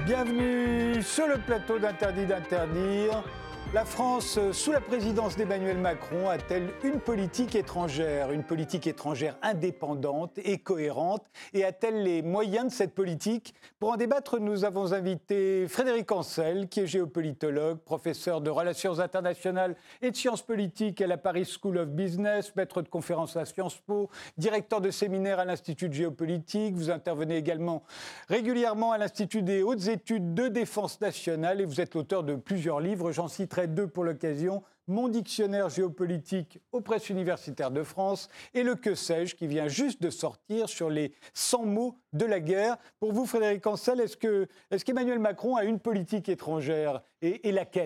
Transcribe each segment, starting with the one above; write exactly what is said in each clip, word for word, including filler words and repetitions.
Bienvenue sur le plateau d'Interdit d'interdire. La France, sous la présidence d'Emmanuel Macron, a-t-elle une politique étrangère, une politique étrangère indépendante et cohérente? Et a-t-elle les moyens de cette politique? Pour en débattre, nous avons invité Frédéric Ancel, qui est géopolitologue, professeur de relations internationales et de sciences politiques à la Paris School of Business, maître de conférences à Sciences Po, directeur de séminaire à l'Institut de géopolitique. Vous intervenez également régulièrement à l'Institut des hautes études de défense nationale et vous êtes l'auteur de plusieurs livres. J'en citerai deux pour l'occasion, Mon dictionnaire géopolitique aux presses universitaires de France et le Que sais-je qui vient juste de sortir sur les cent mots de la guerre. Pour vous, Frédéric Ancel, est-ce que, est-ce qu'Emmanuel Macron a une politique étrangère et, et laquelle ?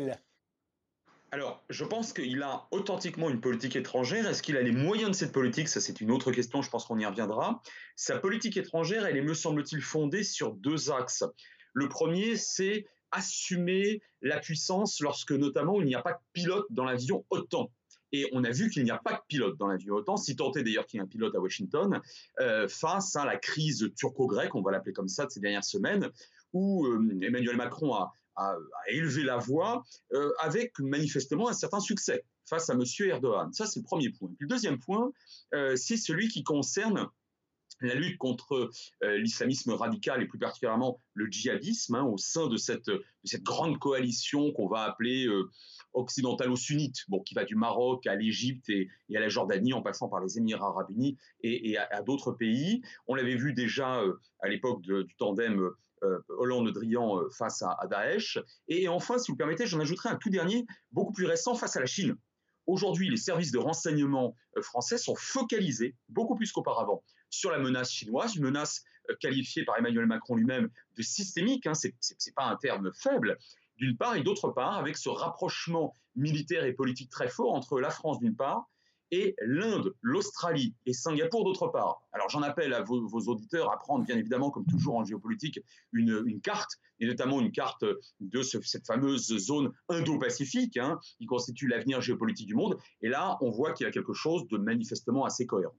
Alors, je pense qu'il a authentiquement une politique étrangère. Est-ce qu'il a les moyens de cette politique? Ça, c'est une autre question, je pense qu'on y reviendra. Sa politique étrangère, elle est, me semble-t-il, fondée sur deux axes. Le premier, c'est assumer la puissance lorsque, notamment, il n'y a pas de pilote dans l'avion OTAN. Et on a vu qu'il n'y a pas de pilote dans l'avion OTAN, si tant est d'ailleurs qu'il y ait un pilote à Washington, euh, face à la crise turco-grecque, on va l'appeler comme ça, de ces dernières semaines, où euh, Emmanuel Macron a, a, a élevé la voix euh, avec manifestement un certain succès face à M. Erdogan. Ça, c'est le premier point. Puis le deuxième point, euh, c'est celui qui concerne la lutte contre euh, l'islamisme radical et plus particulièrement le djihadisme hein, au sein de cette, de cette grande coalition qu'on va appeler euh, occidentalo-sunnite, bon, qui va du Maroc à l'Égypte et, et à la Jordanie en passant par les Émirats arabes unis et, et à, à d'autres pays. On l'avait vu déjà euh, à l'époque de, du tandem euh, Hollande-Drian euh, face à, à Daesh. Et enfin, si vous le permettez, j'en ajouterai un tout dernier, beaucoup plus récent, face à la Chine. Aujourd'hui, les services de renseignement français sont focalisés, beaucoup plus qu'auparavant, sur la menace chinoise, une menace qualifiée par Emmanuel Macron lui-même de systémique, hein, ce n'est pas un terme faible, d'une part, et d'autre part, avec ce rapprochement militaire et politique très fort entre la France d'une part et l'Inde, l'Australie et Singapour d'autre part. Alors j'en appelle à vos, vos auditeurs à prendre, bien évidemment, comme toujours en géopolitique, une, une carte, et notamment une carte de ce, cette fameuse zone Indo-Pacifique, hein, qui constitue l'avenir géopolitique du monde. Et là, on voit qu'il y a quelque chose de manifestement assez cohérent.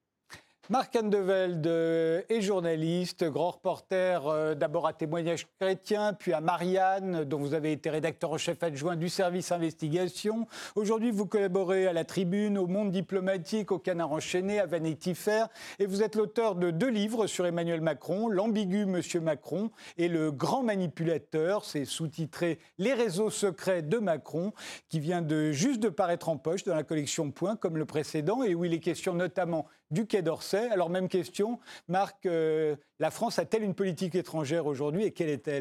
Marc Andevelde est journaliste, grand reporter euh, d'abord à Témoignages chrétiens, puis à Marianne, dont vous avez été rédacteur en chef adjoint du service investigation. Aujourd'hui, vous collaborez à La Tribune, au Monde diplomatique, au Canard enchaîné, à Vanity Fair, et vous êtes l'auteur de deux livres sur Emmanuel Macron, L'ambigu Monsieur Macron et Le grand manipulateur, c'est sous-titré Les réseaux secrets de Macron, qui vient de juste de paraître en poche dans la collection Point, comme le précédent, et où il est question notamment du Quai d'Orsay. Alors, même question, Marc, euh, la France a-t-elle une politique étrangère aujourd'hui et quelle est-elle ?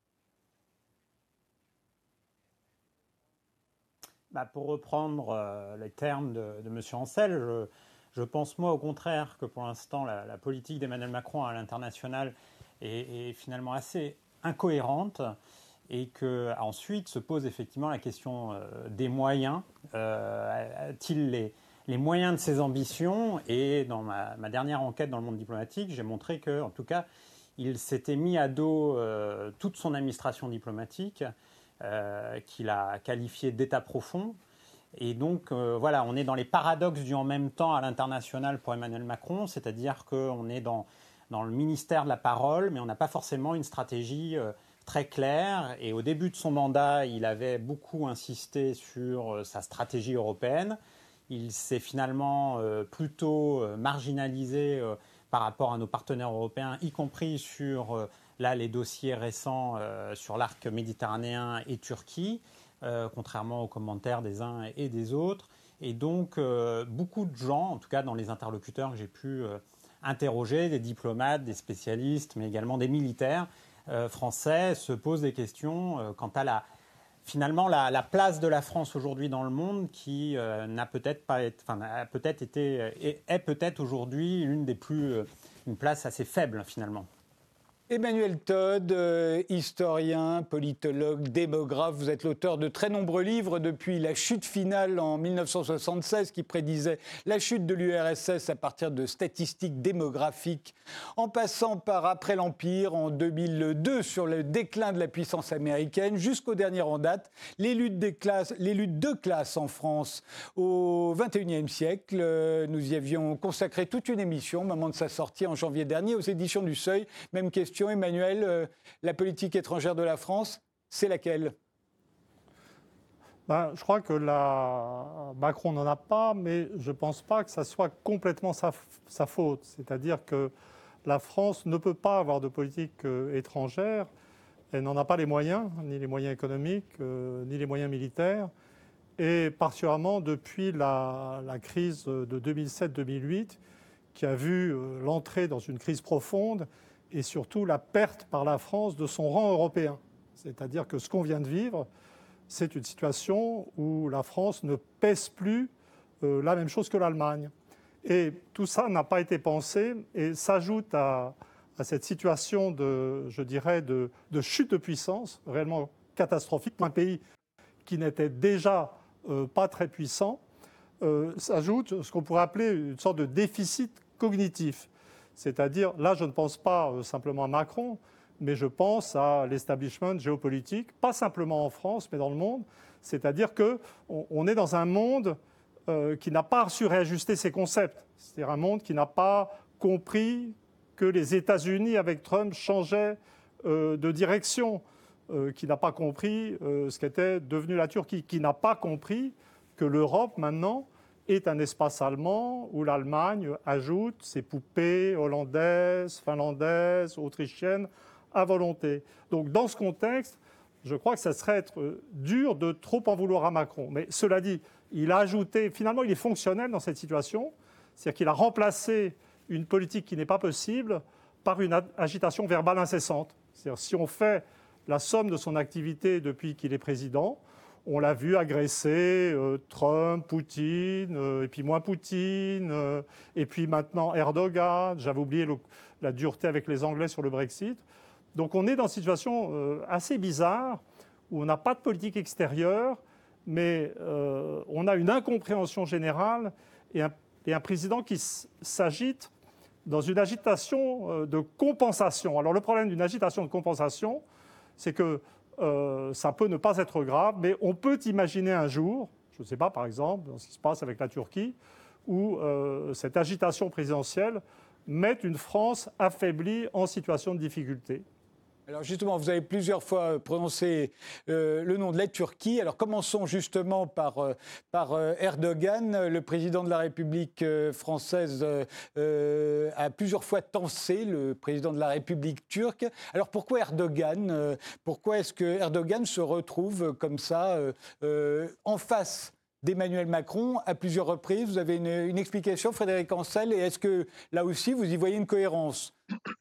Bah, pour reprendre euh, les termes de, de M. Ancel, je, je pense moi au contraire que pour l'instant la, la politique d'Emmanuel Macron à l'international est, est finalement assez incohérente et qu'ensuite se pose effectivement la question euh, des moyens. Euh, a-t-il les les moyens de ses ambitions? Et dans ma, ma dernière enquête dans le monde diplomatique, j'ai montré que, en tout cas, il s'était mis à dos euh, toute son administration diplomatique, euh, qu'il a qualifiée d'état profond. Et donc, euh, voilà, on est dans les paradoxes du en même temps à l'international pour Emmanuel Macron, c'est-à-dire qu'on est dans, dans le ministère de la parole, mais on n'a pas forcément une stratégie euh, très claire. Et au début de son mandat, il avait beaucoup insisté sur euh, sa stratégie européenne. Il s'est finalement euh, plutôt euh, marginalisé euh, par rapport à nos partenaires européens, y compris sur euh, là, les dossiers récents euh, sur l'arc méditerranéen et Turquie, euh, contrairement aux commentaires des uns et des autres. Et donc, euh, beaucoup de gens, en tout cas dans les interlocuteurs que j'ai pu euh, interroger, des diplomates, des spécialistes, mais également des militaires euh, français, se posent des questions euh, quant à la Finalement, la, la place de la France aujourd'hui dans le monde, qui euh, n'a peut-être pas, été, enfin, a peut-être été, est, est peut-être aujourd'hui une des plus, euh, une place assez faible finalement. Emmanuel Todd, euh, historien, politologue, démographe, vous êtes l'auteur de très nombreux livres depuis la chute finale en dix-neuf cent soixante-seize qui prédisait la chute de l'U R S S à partir de statistiques démographiques, en passant par après l'Empire en deux mille deux sur le déclin de la puissance américaine, jusqu'au dernier en date, les luttes, des classes, les luttes de classe en France au vingt et unième siècle. Euh, nous y avions consacré toute une émission au moment de sa sortie en janvier dernier aux éditions du Seuil. Même question question, Emmanuel. Euh, la politique étrangère de la France, c'est laquelle ? Ben, je crois que la... Macron n'en a pas, mais je ne pense pas que ça soit complètement sa, sa faute. C'est-à-dire que la France ne peut pas avoir de politique euh, étrangère. Elle n'en a pas les moyens, ni les moyens économiques, euh, ni les moyens militaires. Et particulièrement depuis la, la crise de deux mille sept deux mille huit, qui a vu euh, l'entrée dans une crise profonde et surtout la perte par la France de son rang européen. C'est-à-dire que ce qu'on vient de vivre, c'est une situation où la France ne pèse plus euh, la même chose que l'Allemagne. Et tout ça n'a pas été pensé et s'ajoute à, à cette situation de, je dirais, de, de chute de puissance réellement catastrophique. Un pays qui n'était déjà euh, pas très puissant, euh, s'ajoute ce qu'on pourrait appeler une sorte de déficit cognitif. C'est-à-dire, là, je ne pense pas euh, simplement à Macron, mais je pense à l'establishment géopolitique, pas simplement en France, mais dans le monde. C'est-à-dire qu'on on est dans un monde euh, qui n'a pas su réajuster ses concepts. C'est-à-dire un monde qui n'a pas compris que les États-Unis, avec Trump, changeaient euh, de direction, euh, qui n'a pas compris euh, ce qu'était devenu la Turquie, qui n'a pas compris que l'Europe, maintenant, est un espace allemand où l'Allemagne ajoute ses poupées hollandaises, finlandaises, autrichiennes, à volonté. Donc, dans ce contexte, je crois que ça serait être dur de trop en vouloir à Macron. Mais cela dit, il a ajouté, finalement, il est fonctionnel dans cette situation, c'est-à-dire qu'il a remplacé une politique qui n'est pas possible par une agitation verbale incessante. C'est-à-dire, si on fait la somme de son activité depuis qu'il est président, on l'a vu agresser euh, Trump, Poutine, euh, et puis moins Poutine, euh, et puis maintenant Erdogan. J'avais oublié le, la dureté avec les Anglais sur le Brexit. Donc on est dans une situation euh, assez bizarre où on n'a pas de politique extérieure, mais euh, on a une incompréhension générale et un, et un président qui s'agite dans une agitation euh, de compensation. Alors le problème d'une agitation de compensation, c'est que euh, ça peut ne pas être grave, mais on peut imaginer un jour, je ne sais pas par exemple, dans ce qui se passe avec la Turquie, où euh, cette agitation présidentielle met une France affaiblie en situation de difficulté. Alors justement, vous avez plusieurs fois prononcé euh, le nom de la Turquie. Alors commençons justement par, euh, par euh, Erdogan. Le président de la République euh, française euh, a plusieurs fois tensé le président de la République turque. Alors pourquoi Erdogan euh, Pourquoi est-ce que Erdogan se retrouve comme ça euh, euh, en face d'Emmanuel Macron à plusieurs reprises? Vous avez une, une explication, Frédéric Ancel, et est-ce que là aussi vous y voyez une cohérence?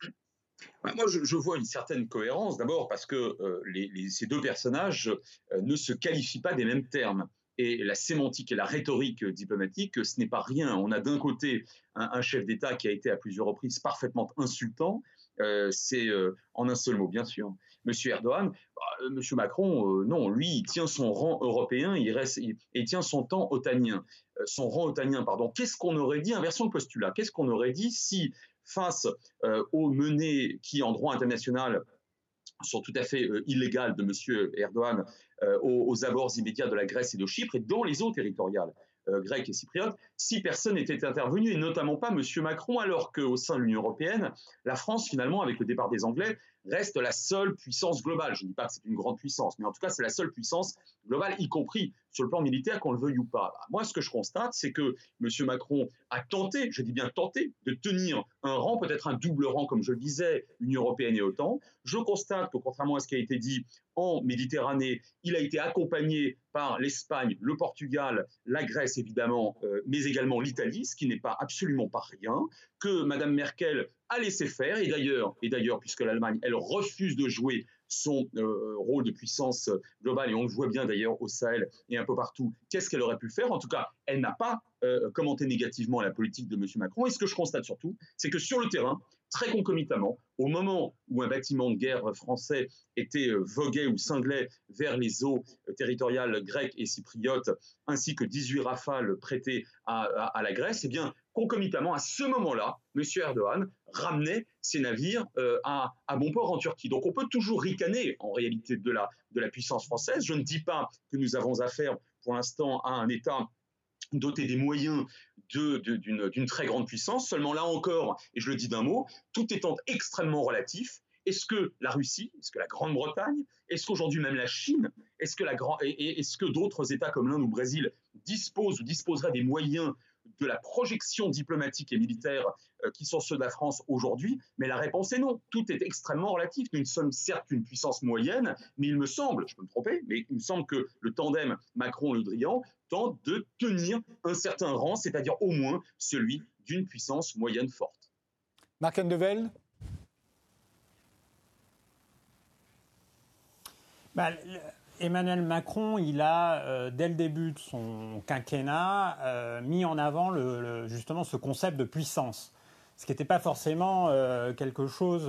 Moi, je, je vois une certaine cohérence, d'abord parce que euh, les, les, ces deux personnages euh, ne se qualifient pas des mêmes termes. Et la sémantique et la rhétorique diplomatique, ce n'est pas rien. On a d'un côté un, un chef d'État qui a été à plusieurs reprises parfaitement insultant, euh, c'est euh, en un seul mot, bien sûr. Monsieur Erdogan, euh, Monsieur Macron, euh, non, lui, il tient son rang européen, il reste, il, il tient son temps otanien, euh, son rang otanien, pardon. Qu'est-ce qu'on aurait dit, inversion de postulat, qu'est-ce qu'on aurait dit si face euh, aux menées qui, en droit international, sont tout à fait euh, illégales de M. Erdogan euh, aux, aux abords immédiats de la Grèce et de Chypre et dans les eaux territoriales euh, grecques et cypriotes, si personne n'était intervenu, et notamment pas M. Macron, alors qu'au sein de l'Union européenne, la France, finalement, avec le départ des Anglais, reste la seule puissance globale. Je ne dis pas que c'est une grande puissance, mais en tout cas, c'est la seule puissance globale, y compris sur le plan militaire, qu'on le veuille ou pas. Moi, ce que je constate, c'est que M. Macron a tenté, je dis bien tenté, de tenir un rang, peut-être un double rang, comme je le disais, Union européenne et OTAN. Je constate que, contrairement à ce qui a été dit, en Méditerranée, il a été accompagné par l'Espagne, le Portugal, la Grèce, évidemment, euh, mais également l'Italie, ce qui n'est pas absolument pas rien, que Mme Merkel a laissé faire, et d'ailleurs, et d'ailleurs, puisque l'Allemagne, elle refuse de jouer son euh, rôle de puissance globale, et on le voit bien d'ailleurs au Sahel et un peu partout, qu'est-ce qu'elle aurait pu faire? En tout cas, elle n'a pas euh, commenté négativement la politique de M. Macron, et ce que je constate surtout, c'est que sur le terrain, très concomitamment, au moment où un bâtiment de guerre français était euh, voguait ou cinglait vers les eaux euh, territoriales grecques et cypriotes, ainsi que dix-huit rafales prêtées à, à, à la Grèce, eh bien, concomitamment, à ce moment-là, M. Erdogan ramenait ses navires euh, à, à bon port en Turquie. Donc on peut toujours ricaner, en réalité, de la, de la puissance française. Je ne dis pas que nous avons affaire, pour l'instant, à un État doté des moyens de, de, d'une, d'une très grande puissance. Seulement là encore, et je le dis d'un mot, tout étant extrêmement relatif, Est-ce que la Russie, est-ce que la Grande-Bretagne, est-ce qu'aujourd'hui même la Chine, est-ce que, la grand... et est-ce que d'autres États comme l'Inde ou le Brésil disposent ou disposeraient des moyens de la projection diplomatique et militaire euh, qui sont ceux de la France aujourd'hui? Mais la réponse est non. Tout est extrêmement relatif. Nous ne sommes certes qu'une puissance moyenne, mais il me semble, je peux me tromper, mais il me semble que le tandem Macron-Le Drian tente de tenir un certain rang, c'est-à-dire au moins celui d'une puissance moyenne forte. Marc Andevelde. Bah, Emmanuel Macron, il a, euh, dès le début de son quinquennat, euh, mis en avant le, le, justement ce concept de puissance, ce qui n'était pas forcément euh, quelque chose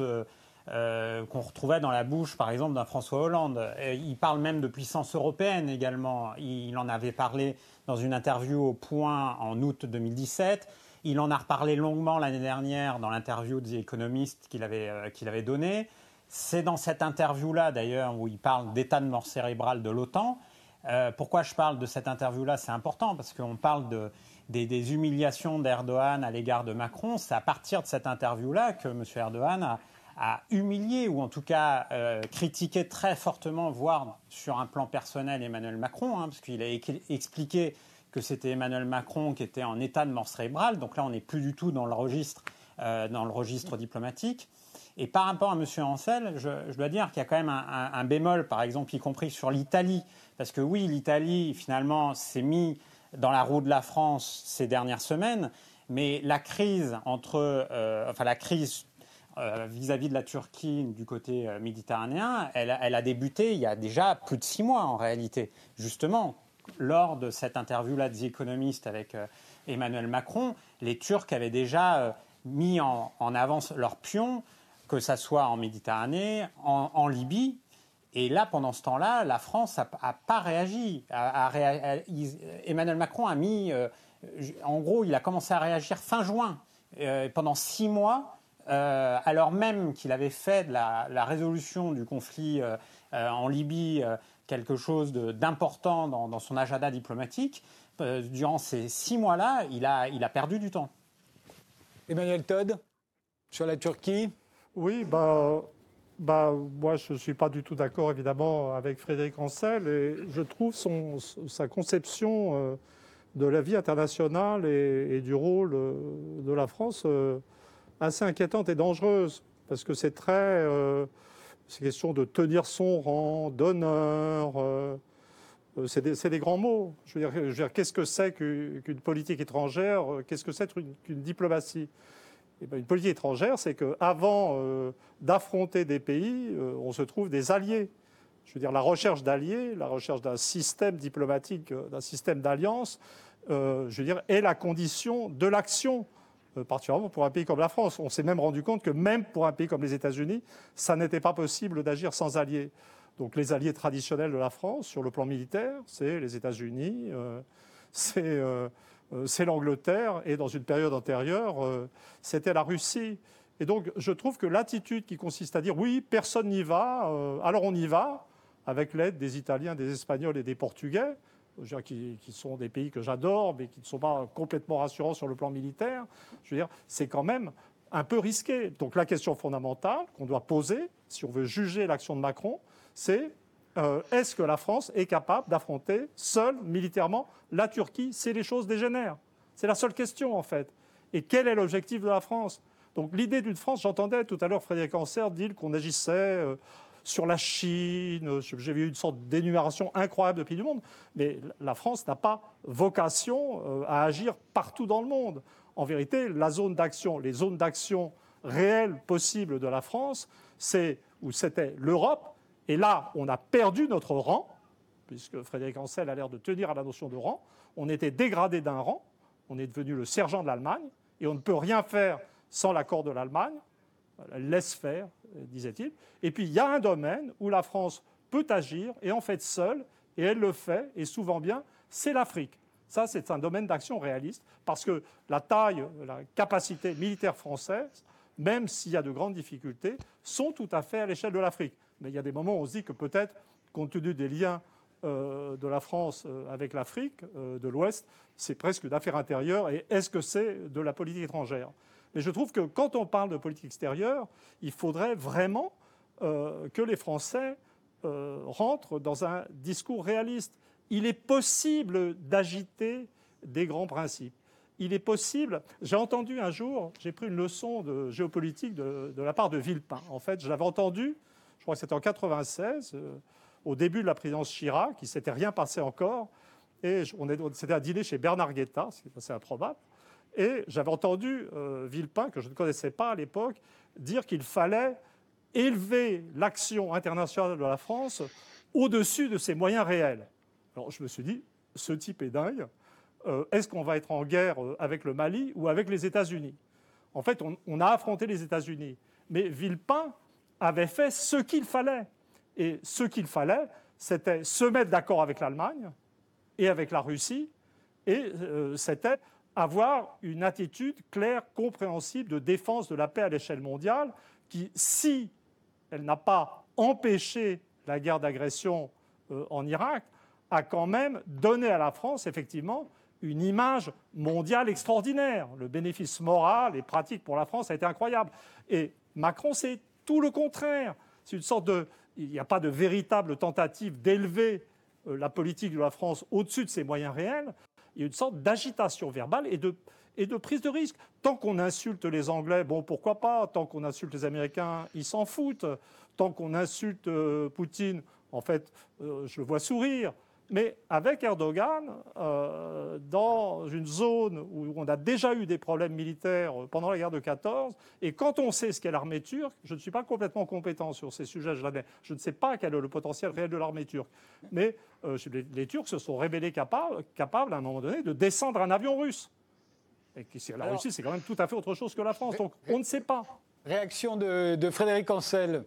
euh, qu'on retrouvait dans la bouche, par exemple, d'un François Hollande. Et il parle même de puissance européenne également. Il en avait parlé dans une interview au Point en août deux mille dix-sept. Il en a reparlé longuement l'année dernière dans l'interview de The Economist qu'il avait, euh, qu'il avait donnée. C'est dans cette interview-là, d'ailleurs, où il parle d'état de mort cérébrale de l'OTAN. Euh, pourquoi je parle de cette interview-là? C'est important parce qu'on parle de, des, des humiliations d'Erdogan à l'égard de Macron. C'est à partir de cette interview-là que M. Erdogan a, a humilié, ou en tout cas euh, critiqué très fortement, voire sur un plan personnel, Emmanuel Macron, hein, parce qu'il a é- expliqué que c'était Emmanuel Macron qui était en état de mort cérébrale. Donc là, on n'est plus du tout dans le registre, euh, dans le registre diplomatique. Et par rapport à M. Ancel, je, je dois dire qu'il y a quand même un, un, un bémol, par exemple, y compris sur l'Italie. Parce que oui, l'Italie, finalement, s'est mis dans la roue de la France ces dernières semaines, mais la crise entre, euh, enfin la crise euh, vis-à-vis de la Turquie du côté euh, méditerranéen, elle, elle a débuté il y a déjà plus de six mois en réalité. Justement, lors de cette interview-là de The Economist avec euh, Emmanuel Macron, les Turcs avaient déjà euh, mis en, en avance leurs pions, que ça soit en Méditerranée, en, en Libye. Et là, pendant ce temps-là, la France n'a pas réagi. A, a, a, a, Emmanuel Macron a mis... Euh, en gros, il a commencé à réagir fin juin, euh, pendant six mois, euh, alors même qu'il avait fait de la, la résolution du conflit euh, euh, en Libye euh, quelque chose de, d'important dans, dans son agenda diplomatique. Euh, durant ces six mois-là, il a, il a perdu du temps. Emmanuel Todd, sur la Turquie. Oui, bah, bah, moi je ne suis pas du tout d'accord évidemment avec Frédéric Ancel et je trouve son, sa conception euh, de la vie internationale et, et du rôle euh, de la France euh, assez inquiétante et dangereuse parce que c'est très... Euh, c'est question de tenir son rang, d'honneur, euh, c'est, des, c'est des grands mots. Je veux dire, je veux dire qu'est-ce que c'est qu'une, qu'une politique étrangère? Qu'est-ce que c'est qu'une, qu'une diplomatie? Eh bien, une politique étrangère, c'est qu'avant euh, d'affronter des pays, euh, on se trouve des alliés. Je veux dire, la recherche d'alliés, la recherche d'un système diplomatique, euh, d'un système d'alliance, euh, je veux dire, est la condition de l'action, euh, particulièrement pour un pays comme la France. On s'est même rendu compte que même pour un pays comme les États-Unis, ça n'était pas possible d'agir sans alliés. Donc les alliés traditionnels de la France, sur le plan militaire, c'est les États-Unis, euh, c'est... Euh, c'est l'Angleterre, et dans une période antérieure, euh, c'était la Russie. Et donc, je trouve que l'attitude qui consiste à dire « oui, personne n'y va, euh, alors on y va », avec l'aide des Italiens, des Espagnols et des Portugais, je veux dire, qui, qui sont des pays que j'adore, mais qui ne sont pas complètement rassurants sur le plan militaire, je veux dire, c'est quand même un peu risqué. Donc la question fondamentale qu'on doit poser, si on veut juger l'action de Macron, c'est euh, est-ce que la France est capable d'affronter seule, militairement, la Turquie si les choses dégénèrent? C'est la seule question, en fait. Et quel est l'objectif de la France? Donc l'idée d'une France, j'entendais tout à l'heure Frédéric Ancel dire qu'on agissait euh, sur la Chine, j'ai vu une sorte d'énumération incroyable de pays du monde, mais la France n'a pas vocation euh, à agir partout dans le monde. En vérité, la zone d'action, les zones d'action réelles possibles de la France, c'est où c'était l'Europe, et là, on a perdu notre rang, puisque Frédéric Ancel a l'air de tenir à la notion de rang. On était dégradé d'un rang, on est devenu le sergent de l'Allemagne, et on ne peut rien faire sans l'accord de l'Allemagne. Elle laisse faire, disait-il. Et puis, il y a un domaine où la France peut agir, et en fait seule, et elle le fait, et souvent bien, c'est l'Afrique. Ça, c'est un domaine d'action réaliste, parce que la taille, la capacité militaire française, même s'il y a de grandes difficultés, sont tout à fait à l'échelle de l'Afrique. Mais il y a des moments où on se dit que peut-être, compte tenu des liens euh, de la France euh, avec l'Afrique euh, de l'Ouest, c'est presque une affaire intérieure. Et est-ce que c'est de la politique étrangère? Mais je trouve que quand on parle de politique extérieure, il faudrait vraiment euh, que les Français euh, rentrent dans un discours réaliste. Il est possible d'agiter des grands principes. Il est possible... J'ai entendu un jour, j'ai pris une leçon de géopolitique de, de la part de Villepin. En fait, je l'avais entendu, je crois que c'était en quatre-vingt-seize, euh, au début de la présidence Chirac, il ne s'était rien passé encore. Et on est, c'était un dîner chez Bernard Guetta, ce qui est assez improbable. Et j'avais entendu euh, Villepin, que je ne connaissais pas à l'époque, dire qu'il fallait élever l'action internationale de la France au-dessus de ses moyens réels. Alors je me suis dit, ce type est dingue. Euh, est-ce qu'on va être en guerre avec le Mali ou avec les États-Unis? En fait, on, on a affronté les États-Unis. Mais Villepin avait fait ce qu'il fallait. Et ce qu'il fallait, c'était se mettre d'accord avec l'Allemagne et avec la Russie, et euh, c'était avoir une attitude claire, compréhensible de défense de la paix à l'échelle mondiale, qui, si elle n'a pas empêché la guerre d'agression euh, en Irak, a quand même donné à la France, effectivement, une image mondiale extraordinaire. Le bénéfice moral et pratique pour la France a été incroyable. Et Macron, c'est tout le contraire. C'est une sorte de... Il n'y a pas de véritable tentative d'élever euh, la politique de la France au-dessus de ses moyens réels. Il y a une sorte d'agitation verbale et de, et de prise de risque. Tant qu'on insulte les Anglais, bon, pourquoi pas. Tant qu'on insulte les Américains, ils s'en foutent. Tant qu'on insulte euh, Poutine, en fait, euh, je le vois sourire. Mais avec Erdogan, euh, dans une zone où on a déjà eu des problèmes militaires pendant la guerre de quatorze, et quand on sait ce qu'est l'armée turque, je ne suis pas complètement compétent sur ces sujets, je l'admets. Je ne sais pas quel est le potentiel réel de l'armée turque. Mais euh, les, les Turcs se sont révélés capables, capables, à un moment donné, de descendre un avion russe. Et qui, la Alors, Russie, c'est quand même tout à fait autre chose que la France. Donc, on ne sait pas. Réaction de, de Frédéric Ancel.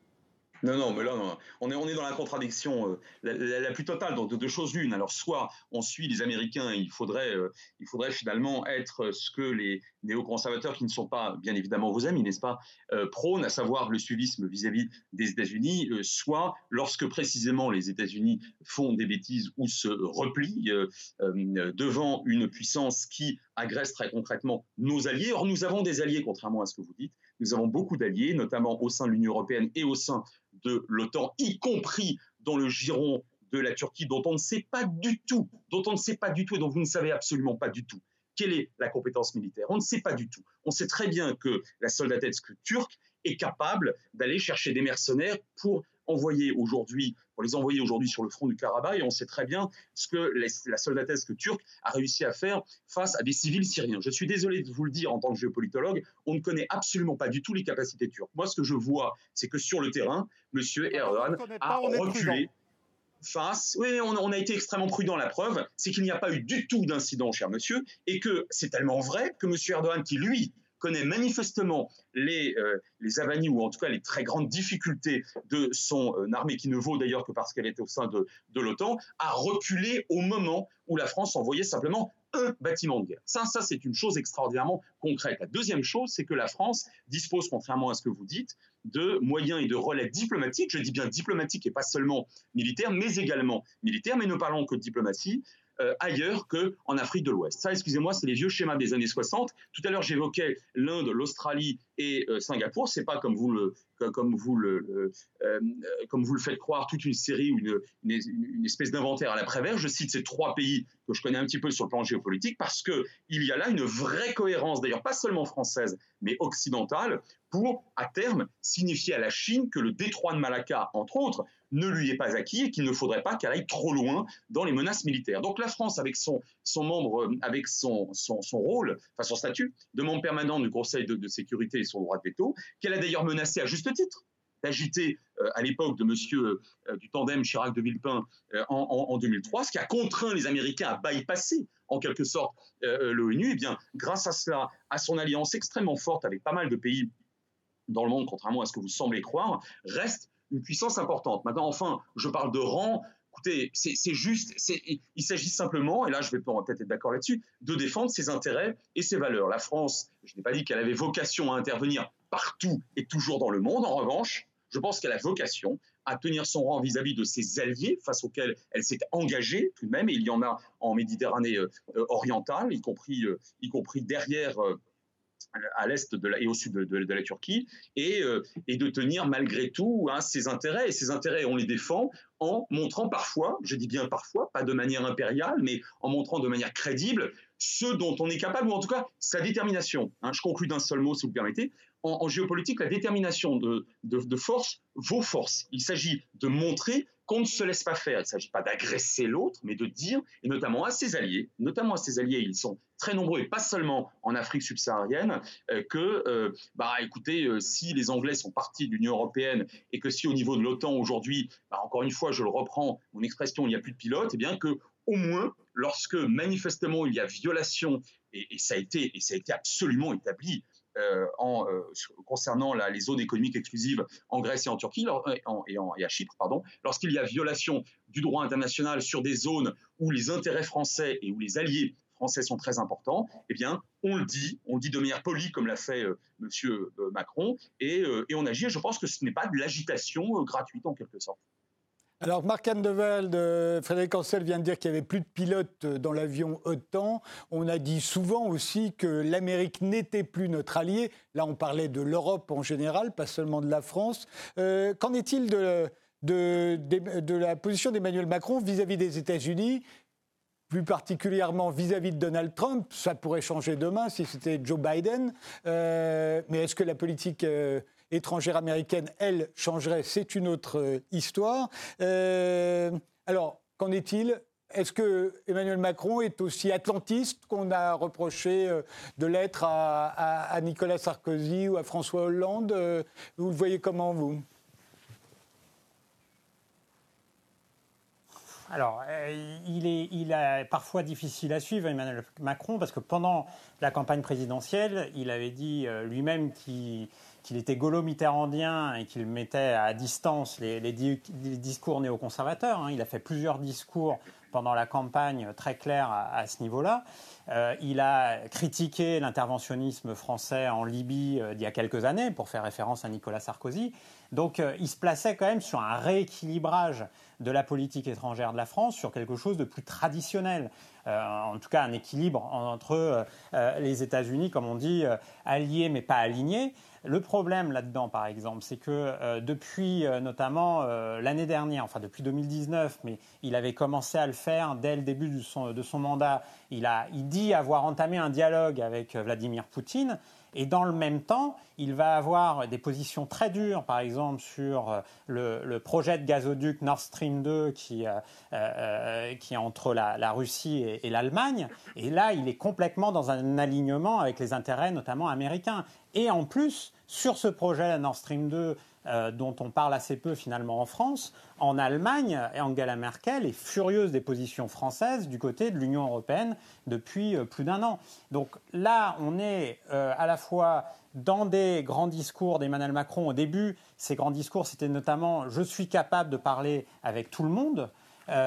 Non, non, mais là, non. On, est, on est dans la contradiction euh, la, la, la plus totale. Donc, de deux choses l'une. Alors, soit on suit les Américains, il faudrait, euh, il faudrait finalement être ce que les néoconservateurs, qui ne sont pas, bien évidemment, vos amis, n'est-ce pas, euh, prônent, à savoir le suivisme vis-à-vis des États-Unis, euh, soit lorsque précisément les États-Unis font des bêtises ou se replient euh, euh, devant une puissance qui agresse très concrètement nos alliés. Or, nous avons des alliés, contrairement à ce que vous dites. Nous avons beaucoup d'alliés, notamment au sein de l'Union européenne et au sein de l'OTAN, y compris dans le giron de la Turquie, dont on ne sait pas du tout, dont on ne sait pas du tout et dont vous ne savez absolument pas du tout quelle est la compétence militaire. On ne sait pas du tout. On sait très bien que la soldatesque turque est capable d'aller chercher des mercenaires pour envoyer aujourd'hui, pour les envoyer aujourd'hui sur le front du Karabakh, et on sait très bien ce que la soldatesque turque a réussi à faire face à des civils syriens. Je suis désolé de vous le dire en tant que géopolitologue, on ne connaît absolument pas du tout les capacités turques. Moi, ce que je vois, c'est que sur le terrain, M. Erdogan a reculé face... Oui, on, on a été extrêmement prudent. La preuve, c'est qu'il n'y a pas eu du tout d'incident, cher monsieur, et que c'est tellement vrai que M. Erdogan, qui lui connaît manifestement les, euh, les avanies, ou en tout cas les très grandes difficultés de son euh, armée, qui ne vaut d'ailleurs que parce qu'elle était au sein de, de l'OTAN, a reculé au moment où la France envoyait simplement un bâtiment de guerre. Ça, ça c'est une chose extraordinairement concrète. La deuxième chose, c'est que la France dispose, contrairement à ce que vous dites, de moyens et de relais diplomatiques, je dis bien diplomatiques et pas seulement militaires, mais également militaires, mais ne parlons que de diplomatie, Euh, ailleurs qu'en Afrique de l'Ouest. Ça, excusez-moi, c'est les vieux schémas des années soixante. Tout à l'heure, j'évoquais l'Inde, l'Australie et euh, Singapour. C'est pas comme vous le, comme vous le, le euh, comme vous le faites croire, toute une série ou une, une, une espèce d'inventaire à l'après-vert. Je cite ces trois pays que je connais un petit peu sur le plan géopolitique parce que il y a là une vraie cohérence, d'ailleurs pas seulement française, mais occidentale, pour à terme signifier à la Chine que le détroit de Malacca, entre autres, ne lui est pas acquis et qu'il ne faudrait pas qu'elle aille trop loin dans les menaces militaires. Donc la France, avec son, son membre, avec son, son, son rôle, enfin son statut de membre permanent du Conseil de, de sécurité et son droit de veto, qu'elle a d'ailleurs menacé à juste titre d'agiter euh, à l'époque de monsieur euh, du tandem Chirac-de Villepin euh, en, en, en deux mille trois, ce qui a contraint les Américains à bypasser en quelque sorte euh, l'ONU, et bien grâce à cela, à son alliance extrêmement forte avec pas mal de pays dans le monde, contrairement à ce que vous semblez croire, reste une puissance importante. Maintenant, enfin, je parle de rang. Écoutez, c'est, c'est juste, c'est, il s'agit simplement, et là je vais peut-être être d'accord là-dessus, de défendre ses intérêts et ses valeurs. La France, je n'ai pas dit qu'elle avait vocation à intervenir partout et toujours dans le monde. En revanche, je pense qu'elle a vocation à tenir son rang vis-à-vis de ses alliés face auxquels elle s'est engagée tout de même, et il y en a en Méditerranée euh, orientale, y compris, euh, y compris derrière... Euh, à l'est de la, et au sud de, de, de la Turquie, et, euh, et de tenir malgré tout hein, ses intérêts. Et ces intérêts, on les défend en montrant parfois, je dis bien parfois, pas de manière impériale, mais en montrant de manière crédible ce dont on est capable, ou en tout cas sa détermination. Hein, je conclus d'un seul mot, si vous le permettez. En, en géopolitique, la détermination de, de, de force vaut force. Il s'agit de montrer qu'on ne se laisse pas faire. Il ne s'agit pas d'agresser l'autre, mais de dire, et notamment à ses alliés, notamment à ses alliés, ils sont très nombreux, et pas seulement en Afrique subsaharienne, euh, que, euh, bah, écoutez, euh, si les Anglais sont partis de l'Union européenne et que si au niveau de l'OTAN aujourd'hui, bah, encore une fois, je le reprends, mon expression, il n'y a plus de pilote, eh bien que au moins, lorsque manifestement il y a violation, et, et, ça, a été, et ça a été absolument établi, Euh, en, euh, concernant la, les zones économiques exclusives en Grèce et en Turquie lors, et, en, et, en, et à Chypre, pardon, lorsqu'il y a violation du droit international sur des zones où les intérêts français et où les alliés français sont très importants, eh bien, on le dit, on le dit de manière polie, comme l'a fait euh, M. Euh, Macron, et, euh, et on agit. Et je pense que ce n'est pas de l'agitation euh, gratuite, en quelque sorte. Alors, Marc Andevelde, euh, Frédéric Ancel vient de dire qu'il n'y avait plus de pilotes dans l'avion OTAN. On a dit souvent aussi que l'Amérique n'était plus notre allié. Là, on parlait de l'Europe en général, pas seulement de la France. Euh, qu'en est-il de, de, de, de la position d'Emmanuel Macron vis-à-vis des États-Unis, plus particulièrement vis-à-vis de Donald Trump? Ça pourrait changer demain si c'était Joe Biden. Euh, mais est-ce que la politique... Euh, étrangère américaine, elle, changerait, c'est une autre euh, histoire. Euh, alors, qu'en est-il ? Est-ce que Emmanuel Macron est aussi atlantiste qu'on a reproché euh, de l'être à, à, à Nicolas Sarkozy ou à François Hollande ? euh, Vous le voyez comment, vous ? Alors, euh, il, est, il est parfois difficile à suivre, Emmanuel Macron, parce que pendant la campagne présidentielle, il avait dit euh, lui-même qu'il... qu'il était gaulo-mitterrandien et qu'il mettait à distance les, les, di- les discours néoconservateurs. Hein. Il a fait plusieurs discours pendant la campagne très clairs à, à ce niveau-là. Euh, il a critiqué l'interventionnisme français en Libye euh, d'il y a quelques années, pour faire référence à Nicolas Sarkozy. Donc euh, il se plaçait quand même sur un rééquilibrage de la politique étrangère de la France, sur quelque chose de plus traditionnel. Euh, en tout cas, un équilibre entre euh, les États-Unis, comme on dit, euh, alliés mais pas alignés. Le problème là-dedans, par exemple, c'est que euh, depuis euh, notamment euh, l'année dernière, enfin depuis deux mille dix-neuf, mais il avait commencé à le faire dès le début de son, de son mandat, il, a, il dit avoir entamé un dialogue avec euh, Vladimir Poutine. Et dans le même temps, il va avoir des positions très dures, par exemple sur le, le projet de gazoduc Nord Stream deux qui, euh, euh, qui est entre la, la Russie et, et l'Allemagne. Et là, il est complètement dans un alignement avec les intérêts notamment américains. Et en plus, sur ce projet Nord Stream deux, euh, dont on parle assez peu finalement en France, en Allemagne, Angela Merkel est furieuse des positions françaises du côté de l'Union européenne depuis euh, plus d'un an. Donc là, on est euh, à la fois dans des grands discours d'Emmanuel Macron. Au début, ces grands discours, c'était notamment « je suis capable de parler avec tout le monde euh, »,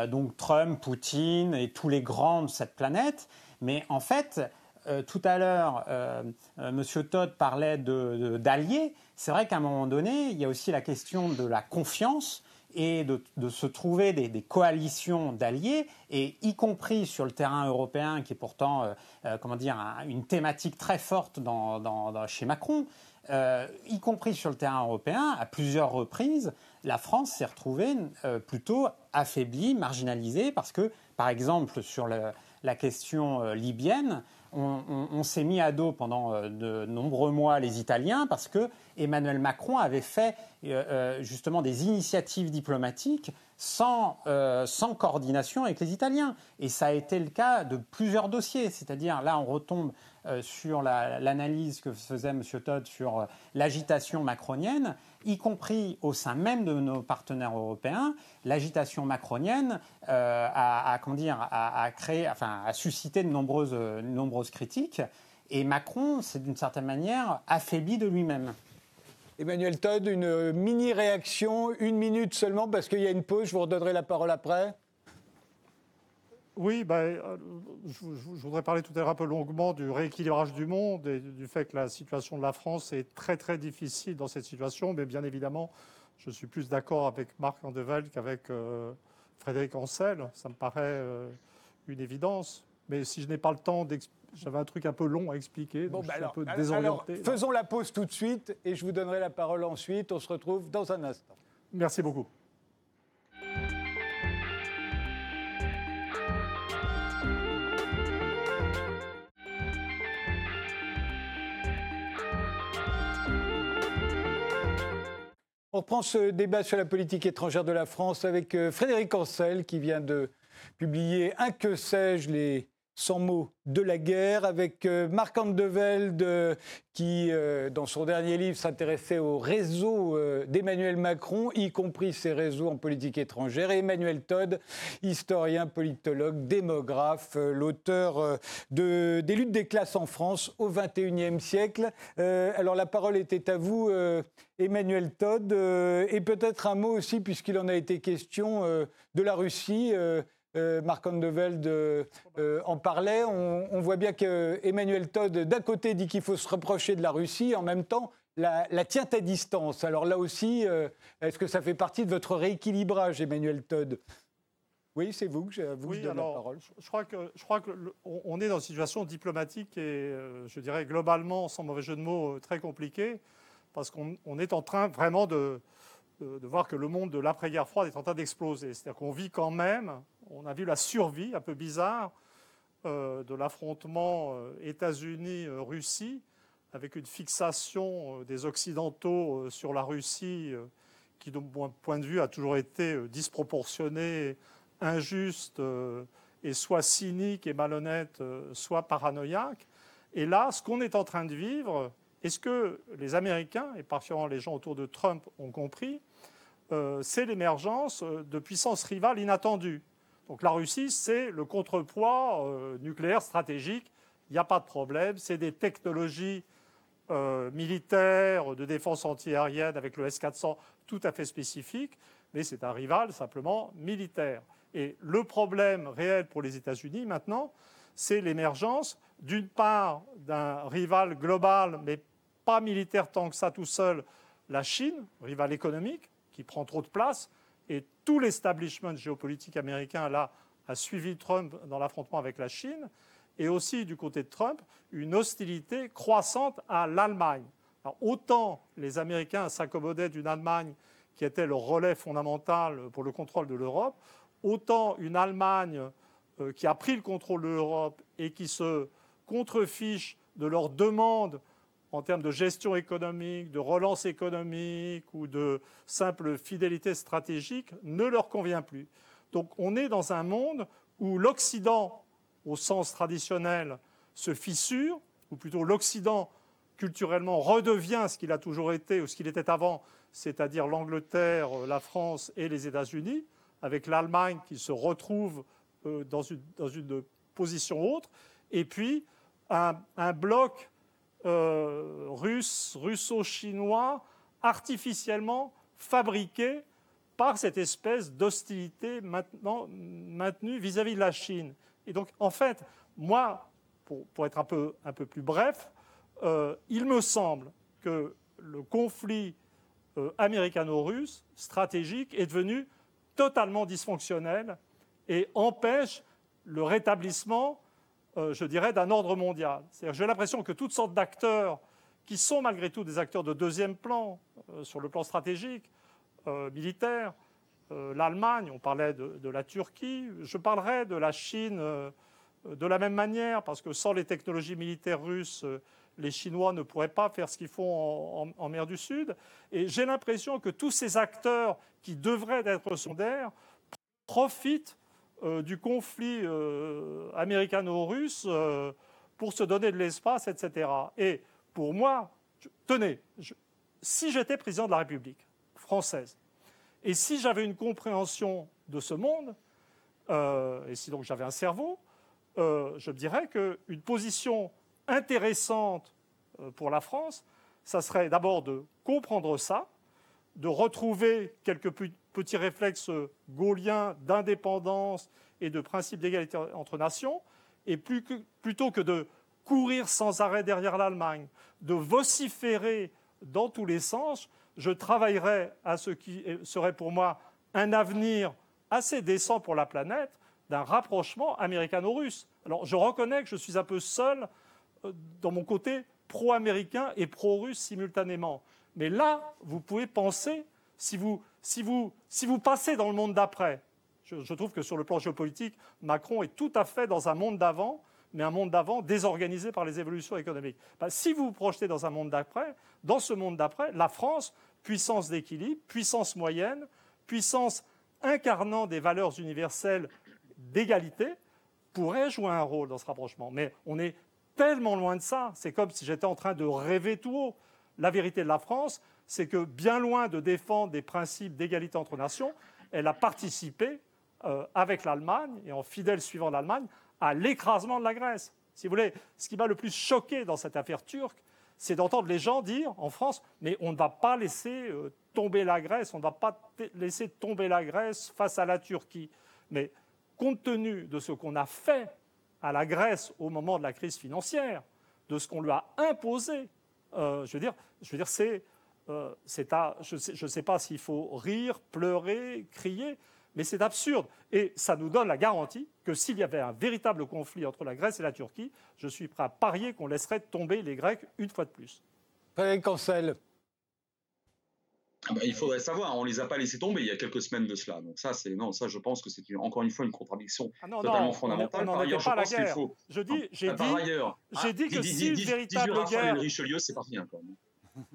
donc Trump, Poutine et tous les grands de cette planète. Mais en fait... Euh, tout à l'heure, euh, euh, M. Todd parlait de, de, d'alliés. C'est vrai qu'à un moment donné, il y a aussi la question de la confiance et de, de se trouver des, des coalitions d'alliés, et y compris sur le terrain européen, qui est pourtant euh, euh, comment dire, un, une thématique très forte dans, dans, dans, chez Macron, euh, y compris sur le terrain européen, à plusieurs reprises, la France s'est retrouvée euh, plutôt affaiblie, marginalisée, parce que, par exemple, sur le, la question euh, libyenne, On, on, on s'est mis à dos pendant euh, de nombreux mois les Italiens parce que Emmanuel Macron avait fait euh, justement des initiatives diplomatiques sans, euh, sans coordination avec les Italiens. Et ça a été le cas de plusieurs dossiers. C'est-à-dire, là, on retombe euh, sur la, l'analyse que faisait M. Todd sur euh, l'agitation macronienne, y compris au sein même de nos partenaires européens. L'agitation macronienne euh, a, a, comment dire, a, a, créé, enfin, a suscité de nombreuses, de nombreuses critiques. Et Macron, c'est d'une certaine manière affaibli de lui-même. Emmanuel Todd, une mini-réaction, une minute seulement, parce qu'il y a une pause, je vous redonnerai la parole après. Oui, ben, je, je voudrais parler tout à l'heure un peu longuement du rééquilibrage du monde et du fait que la situation de la France est très très difficile dans cette situation, mais bien évidemment, je suis plus d'accord avec Marc Andevelde qu'avec euh, Frédéric Ancel, ça me paraît euh, une évidence. Mais si je n'ai pas le temps J'avais un truc un peu long à expliquer, Bon, donc bah je suis alors, un peu alors, désorienté. alors, faisons la pause tout de suite et je vous donnerai la parole ensuite. On se retrouve dans un instant. Merci beaucoup. On reprend ce débat sur la politique étrangère de la France avec Frédéric Ancel qui vient de publier « Un que sais-je, les cent mots de la guerre », avec Marc Andevelde qui, dans son dernier livre, s'intéressait aux réseaux d'Emmanuel Macron, y compris ses réseaux en politique étrangère, et Emmanuel Todd, historien, politologue, démographe, l'auteur de, des luttes des classes en France au vingt et unième siècle. Alors la parole était à vous, Emmanuel Todd, et peut-être un mot aussi, puisqu'il en a été question, de la Russie. Euh, Marc Andevelde euh, euh, en parlait. On, on voit bien qu'Emmanuel Todd, d'un côté, dit qu'il faut se reprocher de la Russie, en même temps, la, la tient à distance. Alors là aussi, euh, est-ce que ça fait partie de votre rééquilibrage, Emmanuel Todd ? Oui, c'est vous que je, vous oui, que je donne alors, la parole. Je crois que, je crois que le, on est dans une situation diplomatique et, euh, je dirais, globalement, sans mauvais jeu de mots, très compliquée, parce qu'on on est en train vraiment de... de voir que le monde de l'après-guerre froide est en train d'exploser. C'est-à-dire qu'on vit quand même, on a vu la survie un peu bizarre euh, de l'affrontement euh, États-Unis-Russie, avec une fixation euh, des Occidentaux euh, sur la Russie euh, qui, de mon point de vue, a toujours été euh, disproportionnée, injuste, euh, et soit cynique et malhonnête, euh, soit paranoïaque. Et là, ce qu'on est en train de vivre... Est-ce que les Américains, et particulièrement les gens autour de Trump, ont compris euh, c'est l'émergence de puissances rivales inattendues. Donc la Russie, c'est le contrepoids euh, nucléaire stratégique. Il n'y a pas de problème. C'est des technologies euh, militaires de défense antiaérienne avec le S quatre cents tout à fait spécifiques, mais c'est un rival simplement militaire. Et le problème réel pour les États-Unis maintenant, c'est l'émergence d'une part d'un rival global, mais pas militaire tant que ça tout seul, la Chine, rival économique, qui prend trop de place. Et tout l'establishment géopolitique américain, là, a suivi Trump dans l'affrontement avec la Chine. Et aussi, du côté de Trump, une hostilité croissante à l'Allemagne. Alors, autant les Américains s'accommodaient d'une Allemagne qui était le relais fondamental pour le contrôle de l'Europe, autant une Allemagne euh, qui a pris le contrôle de l'Europe et qui se contrefiche de leurs demandes en termes de gestion économique, de relance économique ou de simple fidélité stratégique, ne leur convient plus. Donc on est dans un monde où l'Occident, au sens traditionnel, se fissure, ou plutôt l'Occident, culturellement, redevient ce qu'il a toujours été ou ce qu'il était avant, c'est-à-dire l'Angleterre, la France et les États-Unis, avec l'Allemagne qui se retrouve dans une, dans une position autre, et puis un, un bloc Euh, russe, russo-chinois, artificiellement fabriqué par cette espèce d'hostilité maintenant maintenue vis-à-vis de la Chine. Et donc, en fait, moi, pour, pour être un peu, un peu plus bref, euh, il me semble que le conflit euh, américano-russe stratégique est devenu totalement dysfonctionnel et empêche le rétablissement Euh, je dirais, d'un ordre mondial. C'est-à-dire, j'ai l'impression que toutes sortes d'acteurs, qui sont malgré tout des acteurs de deuxième plan, euh, sur le plan stratégique, euh, militaire, euh, l'Allemagne, on parlait de, de la Turquie, je parlerai de la Chine euh, de la même manière, parce que sans les technologies militaires russes, euh, les Chinois ne pourraient pas faire ce qu'ils font en, en, en mer du Sud. Et j'ai l'impression que tous ces acteurs qui devraient être secondaires profitent Euh, du conflit euh, américano-russe euh, pour se donner de l'espace, et cetera. Et pour moi, je, tenez, je, si j'étais président de la République française, et si j'avais une compréhension de ce monde, euh, et si donc j'avais un cerveau, euh, je me dirais qu'une position intéressante euh, pour la France, ça serait d'abord de comprendre ça, de retrouver quelques petits réflexes gaulliens d'indépendance et de principe d'égalité entre nations, et plus que, plutôt que de courir sans arrêt derrière l'Allemagne, de vociférer dans tous les sens, je travaillerai à ce qui serait pour moi un avenir assez décent pour la planète, d'un rapprochement américano-russe. Alors, je reconnais que je suis un peu seul dans mon côté pro-américain et pro-russe simultanément. Mais là, vous pouvez penser, si vous, si vous, si vous passez dans le monde d'après, je, je trouve que sur le plan géopolitique, Macron est tout à fait dans un monde d'avant, mais un monde d'avant désorganisé par les évolutions économiques. Ben, si vous vous projetez dans un monde d'après, dans ce monde d'après, la France, puissance d'équilibre, puissance moyenne, puissance incarnant des valeurs universelles d'égalité, pourrait jouer un rôle dans ce rapprochement. Mais on est tellement loin de ça. C'est comme si j'étais en train de rêver tout haut. La vérité de la France, c'est que bien loin de défendre des principes d'égalité entre nations, elle a participé, euh, avec l'Allemagne, et en fidèle suivant l'Allemagne, à l'écrasement de la Grèce. Si vous voulez, ce qui m'a le plus choqué dans cette affaire turque, c'est d'entendre les gens dire, en France, mais on ne va pas laisser euh, tomber la Grèce, on ne va pas t- laisser tomber la Grèce face à la Turquie. Mais compte tenu de ce qu'on a fait à la Grèce au moment de la crise financière, de ce qu'on lui a imposé, euh, je veux dire, je veux dire c'est, euh, c'est à, je ne sais, je sais pas s'il faut rire, pleurer, crier, mais c'est absurde. Et ça nous donne la garantie que s'il y avait un véritable conflit entre la Grèce et la Turquie, je suis prêt à parier qu'on laisserait tomber les Grecs une fois de plus. Frédéric Ancel. Ah bah, il faudrait savoir, on ne les a pas laissés tomber il y a quelques semaines de cela. Donc ça, c'est, non, ça je pense que c'est une, encore une fois une contradiction ah non, totalement non, fondamentale. On par ailleurs, je pense qu'il faut... Je dis, j'ai ah, par dit, ailleurs, j'ai ah, dit que dix, si une dix, véritable dix-huit guerre... Richelieu, c'est pas rien quand même.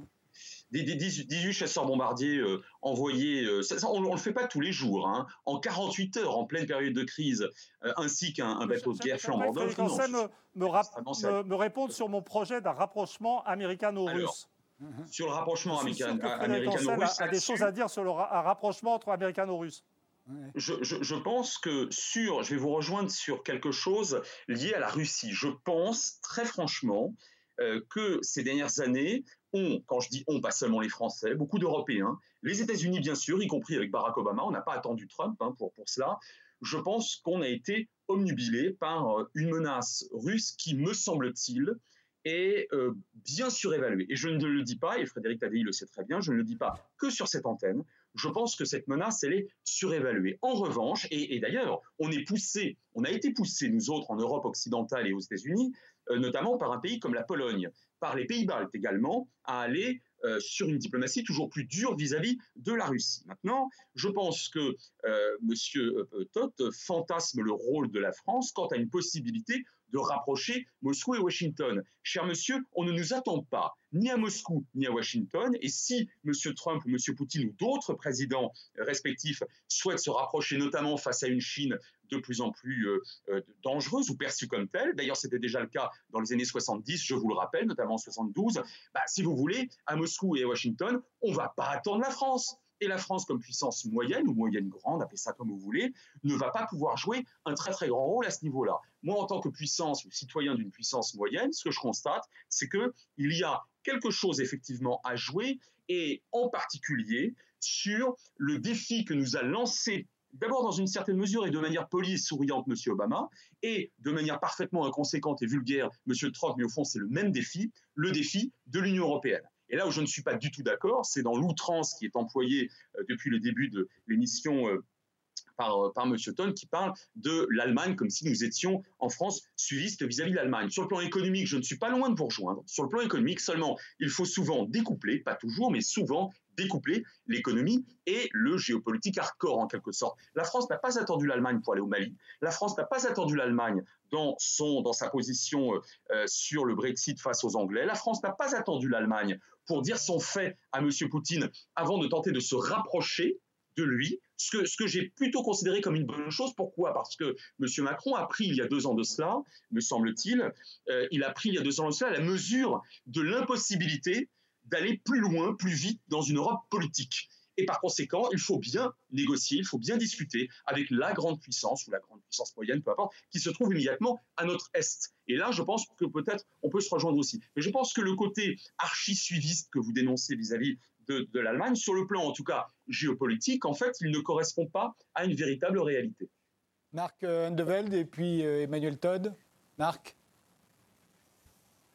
dix-huit chasseurs bombardiers euh, envoyés, euh, ça, ça, on ne le fait pas tous les jours, hein, en quarante-huit heures, en pleine période de crise, euh, ainsi qu'un un bateau de guerre flambant neuf. Frédéric me, me, rap- me, me répondre sur mon projet d'un rapprochement américano-russe. Sur le rapprochement américano-russe, américano-russe, a des choses à dire sur le ra- un rapprochement entre américano-russe. Je, je, je pense que sur, je vais vous rejoindre sur quelque chose lié à la Russie. Je pense très franchement euh, que ces dernières années, on, quand je dis on, pas seulement les Français, beaucoup d'Européens, les États-Unis bien sûr, y compris avec Barack Obama, on n'a pas attendu Trump hein, pour, pour cela. Je pense qu'on a été omnubilé par une menace russe qui, me semble-t-il, est euh, bien surévaluée. Et je ne le dis pas, et Frédéric Tadei le sait très bien, je ne le dis pas que sur cette antenne. Je pense que cette menace, elle est surévaluée. En revanche, et, et d'ailleurs, on est poussé, on a été poussé, nous autres, en Europe occidentale et aux États-Unis, euh, notamment par un pays comme la Pologne, par les Pays-Baltes également, à aller euh, sur une diplomatie toujours plus dure vis-à-vis de la Russie. Maintenant, je pense que euh, M. Todt fantasme le rôle de la France quant à une possibilité de rapprocher Moscou et Washington. Cher monsieur, on ne nous attend pas, ni à Moscou, ni à Washington, et si M. Trump ou M. Poutine ou d'autres présidents respectifs souhaitent se rapprocher, notamment face à une Chine de plus en plus euh, euh, dangereuse ou perçue comme telle, d'ailleurs c'était déjà le cas dans les années soixante-dix, je vous le rappelle, notamment en soixante-douze, bah, si vous voulez, à Moscou et à Washington, on ne va pas attendre la France. Et la France, comme puissance moyenne ou moyenne grande, appelez ça comme vous voulez, ne va pas pouvoir jouer un très très grand rôle à ce niveau-là. Moi, en tant que puissance ou citoyen d'une puissance moyenne, ce que je constate, c'est qu'il y a quelque chose effectivement à jouer, et en particulier sur le défi que nous a lancé, d'abord dans une certaine mesure et de manière polie et souriante, M. Obama, et de manière parfaitement inconséquente et vulgaire, M. Trump, mais au fond c'est le même défi, le défi de l'Union européenne. Et là où je ne suis pas du tout d'accord, c'est dans l'outrance qui est employée euh, depuis le début de l'émission euh, par, par M. Todt, qui parle de l'Allemagne comme si nous étions en France suivistes vis-à-vis de l'Allemagne. Sur le plan économique, je ne suis pas loin de vous rejoindre. Sur le plan économique, seulement, il faut souvent découpler, pas toujours, mais souvent découpler l'économie et le géopolitique hardcore en quelque sorte. La France n'a pas attendu l'Allemagne pour aller au Mali. La France n'a pas attendu l'Allemagne dans, son, dans sa position euh, sur le Brexit face aux Anglais. La France n'a pas attendu l'Allemagne pour dire son fait à M. Poutine avant de tenter de se rapprocher de lui, ce que, ce que j'ai plutôt considéré comme une bonne chose. Pourquoi ? Parce que M. Macron a pris il y a deux ans de cela, me semble-t-il, euh, il a pris il y a deux ans de cela la mesure de l'impossibilité d'aller plus loin, plus vite dans une Europe politique. Et par conséquent, il faut bien négocier, il faut bien discuter avec la grande puissance ou la grande puissance moyenne, peu importe, qui se trouve immédiatement à notre est. Et là, je pense que peut-être on peut se rejoindre aussi. Mais je pense que le côté archi-suiviste que vous dénoncez vis-à-vis de, de l'Allemagne, sur le plan en tout cas géopolitique, en fait, il ne correspond pas à une véritable réalité. Marc Andevelde et puis Emmanuel Todt. Marc ?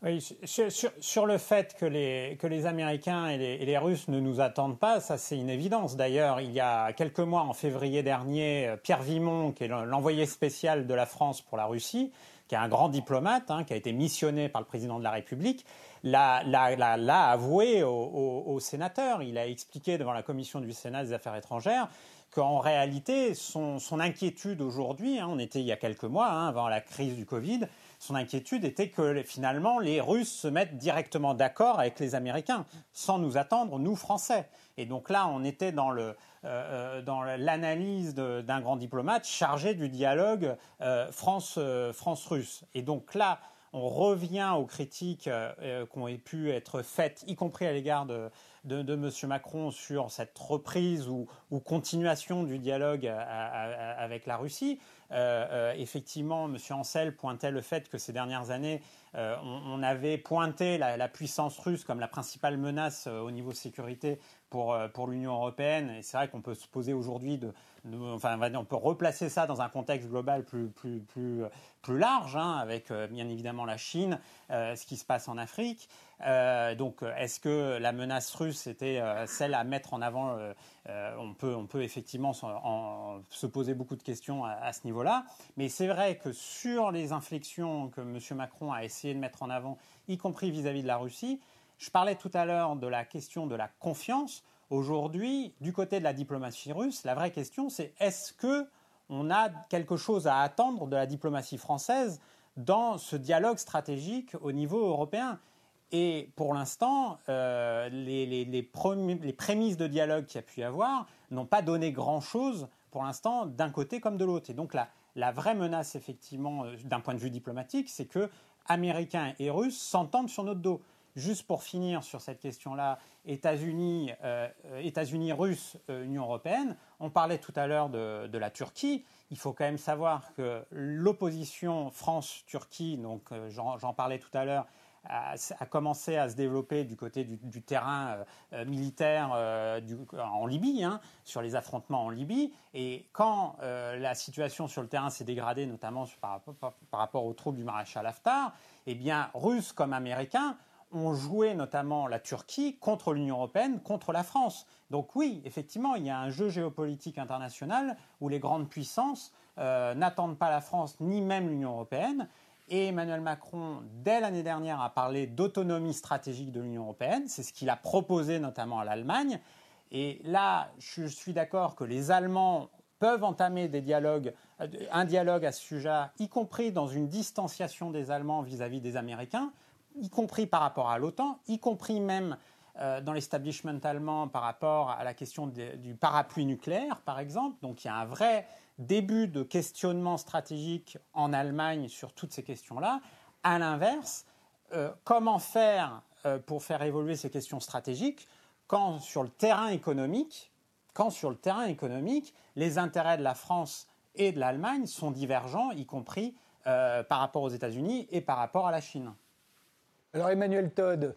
Oui, sur, sur, sur le fait que les, que les Américains et les, et les Russes ne nous attendent pas, ça c'est une évidence. D'ailleurs, il y a quelques mois, en février dernier, Pierre Vimont, qui est l'envoyé spécial de la France pour la Russie, qui est un grand diplomate, hein, qui a été missionné par le président de la République, l'a, l'a, l'a, l'a avoué aux, aux, aux sénateurs. Il a expliqué devant la commission du Sénat des Affaires étrangères qu'en réalité, son, son inquiétude aujourd'hui, hein, on était il y a quelques mois, hein, avant la crise du Covid, son inquiétude était que finalement les Russes se mettent directement d'accord avec les Américains, sans nous attendre, nous Français. Et donc là, on était dans, le, euh, dans l'analyse de, d'un grand diplomate chargé du dialogue euh, France, euh, France-Russe. Et donc là, on revient aux critiques euh, qui ont pu être faites, y compris à l'égard de, de, de M. Macron, sur cette reprise ou, ou continuation du dialogue à, à, à, avec la Russie. Euh, euh, effectivement, M. Ancel pointait le fait que ces dernières années, euh, on, on avait pointé la, la puissance russe comme la principale menace euh, au niveau sécurité pour, euh, pour l'Union européenne. Et c'est vrai qu'on peut se poser aujourd'hui, de, de, enfin, on peut replacer ça dans un contexte global plus, plus, plus, plus large, hein, avec euh, bien évidemment la Chine, euh, ce qui se passe en Afrique. Euh, donc, est-ce que la menace russe était euh, celle à mettre en avant euh, euh, on, peut, on peut effectivement en, en, se poser beaucoup de questions à, à ce niveau-là. Mais c'est vrai que sur les inflexions que M. Macron a essayé de mettre en avant, y compris vis-à-vis de la Russie, je parlais tout à l'heure de la question de la confiance. Aujourd'hui, du côté de la diplomatie russe, la vraie question, c'est est-ce qu'on a quelque chose à attendre de la diplomatie française dans ce dialogue stratégique au niveau européen ? Et pour l'instant, euh, les, les, les, premi- les prémices de dialogue qu'il y a pu y avoir n'ont pas donné grand-chose pour l'instant d'un côté comme de l'autre. Et donc la, la vraie menace, effectivement, euh, d'un point de vue diplomatique, c'est que Américains et Russes s'entendent sur notre dos. Juste pour finir sur cette question-là, États-Unis, euh, États-Unis, Russes, euh, Union européenne, on parlait tout à l'heure de, de la Turquie. Il faut quand même savoir que l'opposition France-Turquie, donc euh, j'en, j'en parlais tout à l'heure, a, a commencé à se développer du côté du, du terrain euh, militaire euh, du, en Libye, hein, sur les affrontements en Libye. Et quand euh, la situation sur le terrain s'est dégradée, notamment par, par, par rapport aux troupes du maréchal Haftar, eh bien, Russes comme Américains ont joué notamment la Turquie contre l'Union européenne, contre la France. Donc oui, effectivement, il y a un jeu géopolitique international où les grandes puissances euh, n'attendent pas la France ni même l'Union européenne. Et Emmanuel Macron, dès l'année dernière, a parlé d'autonomie stratégique de l'Union européenne. C'est ce qu'il a proposé notamment à l'Allemagne. Et là, je suis d'accord que les Allemands peuvent entamer des dialogues, un dialogue à ce sujet, y compris dans une distanciation des Allemands vis-à-vis des Américains, y compris par rapport à l'OTAN, y compris même euh, dans l'establishment allemand par rapport à la question de, du parapluie nucléaire, par exemple. Donc il y a un vrai début de questionnement stratégique en Allemagne sur toutes ces questions-là. À l'inverse, euh, comment faire euh, pour faire évoluer ces questions stratégiques quand sur le terrain économique, quand sur le terrain économique, les intérêts de la France et de l'Allemagne sont divergents, y compris euh, par rapport aux États-Unis et par rapport à la Chine. Alors Emmanuel Todd.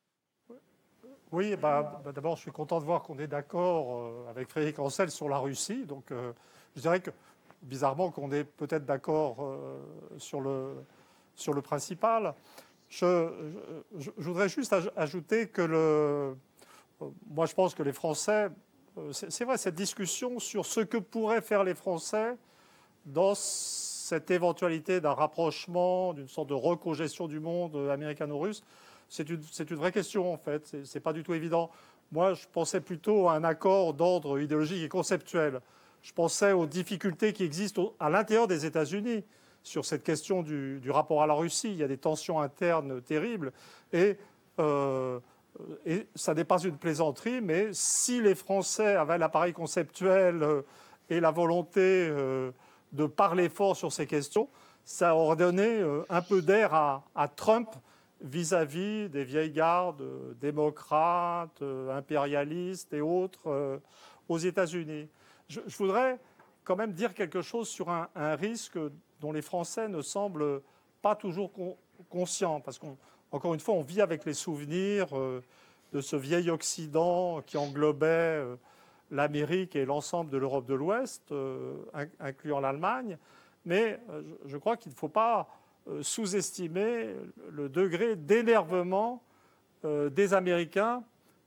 Oui, bah, bah, d'abord, je suis content de voir qu'on est d'accord euh, avec Frédéric Ancel sur la Russie. Donc, euh, je dirais que, bizarrement, qu'on est peut-être d'accord euh, sur, le, sur le principal. Je, je, je voudrais juste aj- ajouter que, le, euh, moi, je pense que les Français, euh, c'est, c'est vrai, cette discussion sur ce que pourraient faire les Français dans cette éventualité d'un rapprochement, d'une sorte de recongestion du monde américano-russe, c'est une, c'est une vraie question, en fait. C'est, c'est pas du tout évident. Moi, je pensais plutôt à un accord d'ordre idéologique et conceptuel. Je pensais aux difficultés qui existent à l'intérieur des États-Unis sur cette question du, du rapport à la Russie. Il y a des tensions internes terribles. Et, euh, et ça n'est pas une plaisanterie, mais si les Français avaient l'appareil conceptuel et la volonté euh, de parler fort sur ces questions, ça aurait donné euh, un peu d'air à, à Trump vis-à-vis des vieilles gardes euh, démocrates, euh, impérialistes et autres euh, aux États-Unis. Je, je voudrais quand même dire quelque chose sur un, un risque dont les Français ne semblent pas toujours con, conscients, parce qu'encore une fois, on vit avec les souvenirs euh, de ce vieil Occident qui englobait euh, l'Amérique et l'ensemble de l'Europe de l'Ouest, euh, incluant l'Allemagne. Mais euh, je crois qu'il ne faut pas euh, sous-estimer le degré d'énervement euh, des Américains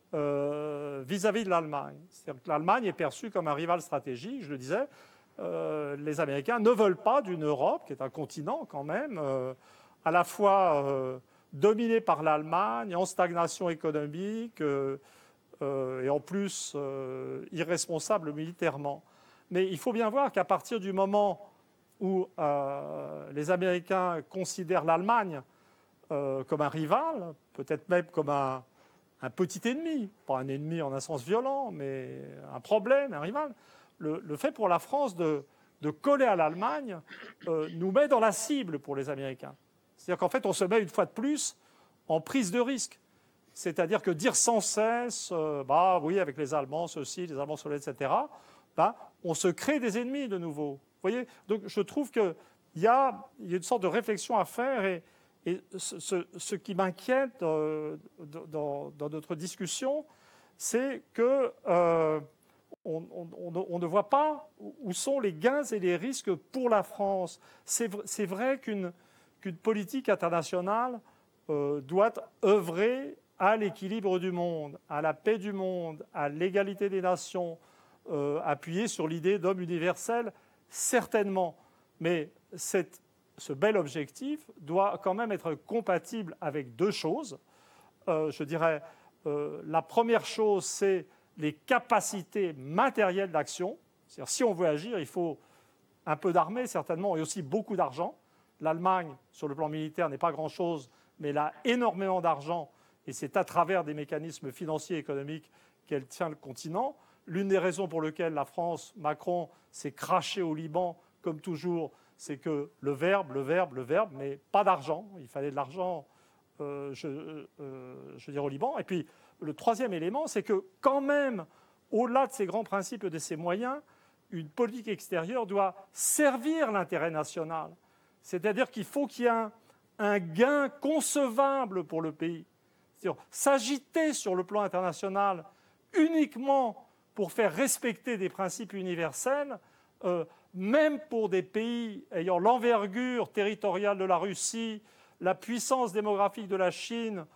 euh, vis-à-vis de l'Allemagne. C'est-à-dire que l'Allemagne est perçue comme un rival stratégique, je le disais. Euh, les Américains ne veulent pas d'une Europe, qui est un continent quand même, euh, à la fois euh, dominé par l'Allemagne, en stagnation économique, euh, euh, et en plus euh, irresponsable militairement. Mais il faut bien voir qu'à partir du moment où euh, les Américains considèrent l'Allemagne euh, comme un rival, peut-être même comme un, un petit ennemi, pas un ennemi en un sens violent, mais un problème, un rival, le, le fait pour la France de, de coller à l'Allemagne euh, nous met dans la cible pour les Américains. C'est-à-dire qu'en fait, on se met une fois de plus en prise de risque. C'est-à-dire que dire sans cesse, euh, bah oui, avec les Allemands, ceci, les Allemands, cela, et cetera, bah, on se crée des ennemis de nouveau. Vous voyez ? Donc je trouve qu'il y a, y a une sorte de réflexion à faire et, et ce, ce, ce qui m'inquiète euh, dans, dans notre discussion, c'est que euh, on, on, on ne voit pas où sont les gains et les risques pour la France. C'est, c'est vrai qu'une, qu'une politique internationale euh, doit œuvrer à l'équilibre du monde, à la paix du monde, à l'égalité des nations, euh, appuyée sur l'idée d'homme universel, certainement. Mais cette, ce bel objectif doit quand même être compatible avec deux choses. Euh, je dirais, euh, la première chose, c'est les capacités matérielles d'action. C'est-à-dire, si on veut agir, il faut un peu d'armée, certainement, et aussi beaucoup d'argent. L'Allemagne, sur le plan militaire, n'est pas grand-chose, mais elle a énormément d'argent. Et c'est à travers des mécanismes financiers et économiques qu'elle tient le continent. L'une des raisons pour lesquelles la France, Macron, s'est craché au Liban, comme toujours, c'est que le verbe, le verbe, le verbe, mais pas d'argent. Il fallait de l'argent, euh, je, euh, je veux dire, au Liban. Et puis, le troisième élément, c'est que quand même, au-delà de ces grands principes et de ces moyens, une politique extérieure doit servir l'intérêt national. C'est-à-dire qu'il faut qu'il y ait un, un gain concevable pour le pays. C'est-à-dire s'agiter sur le plan international uniquement pour faire respecter des principes universels, euh, même pour des pays ayant l'envergure territoriale de la Russie, la puissance démographique de la Chine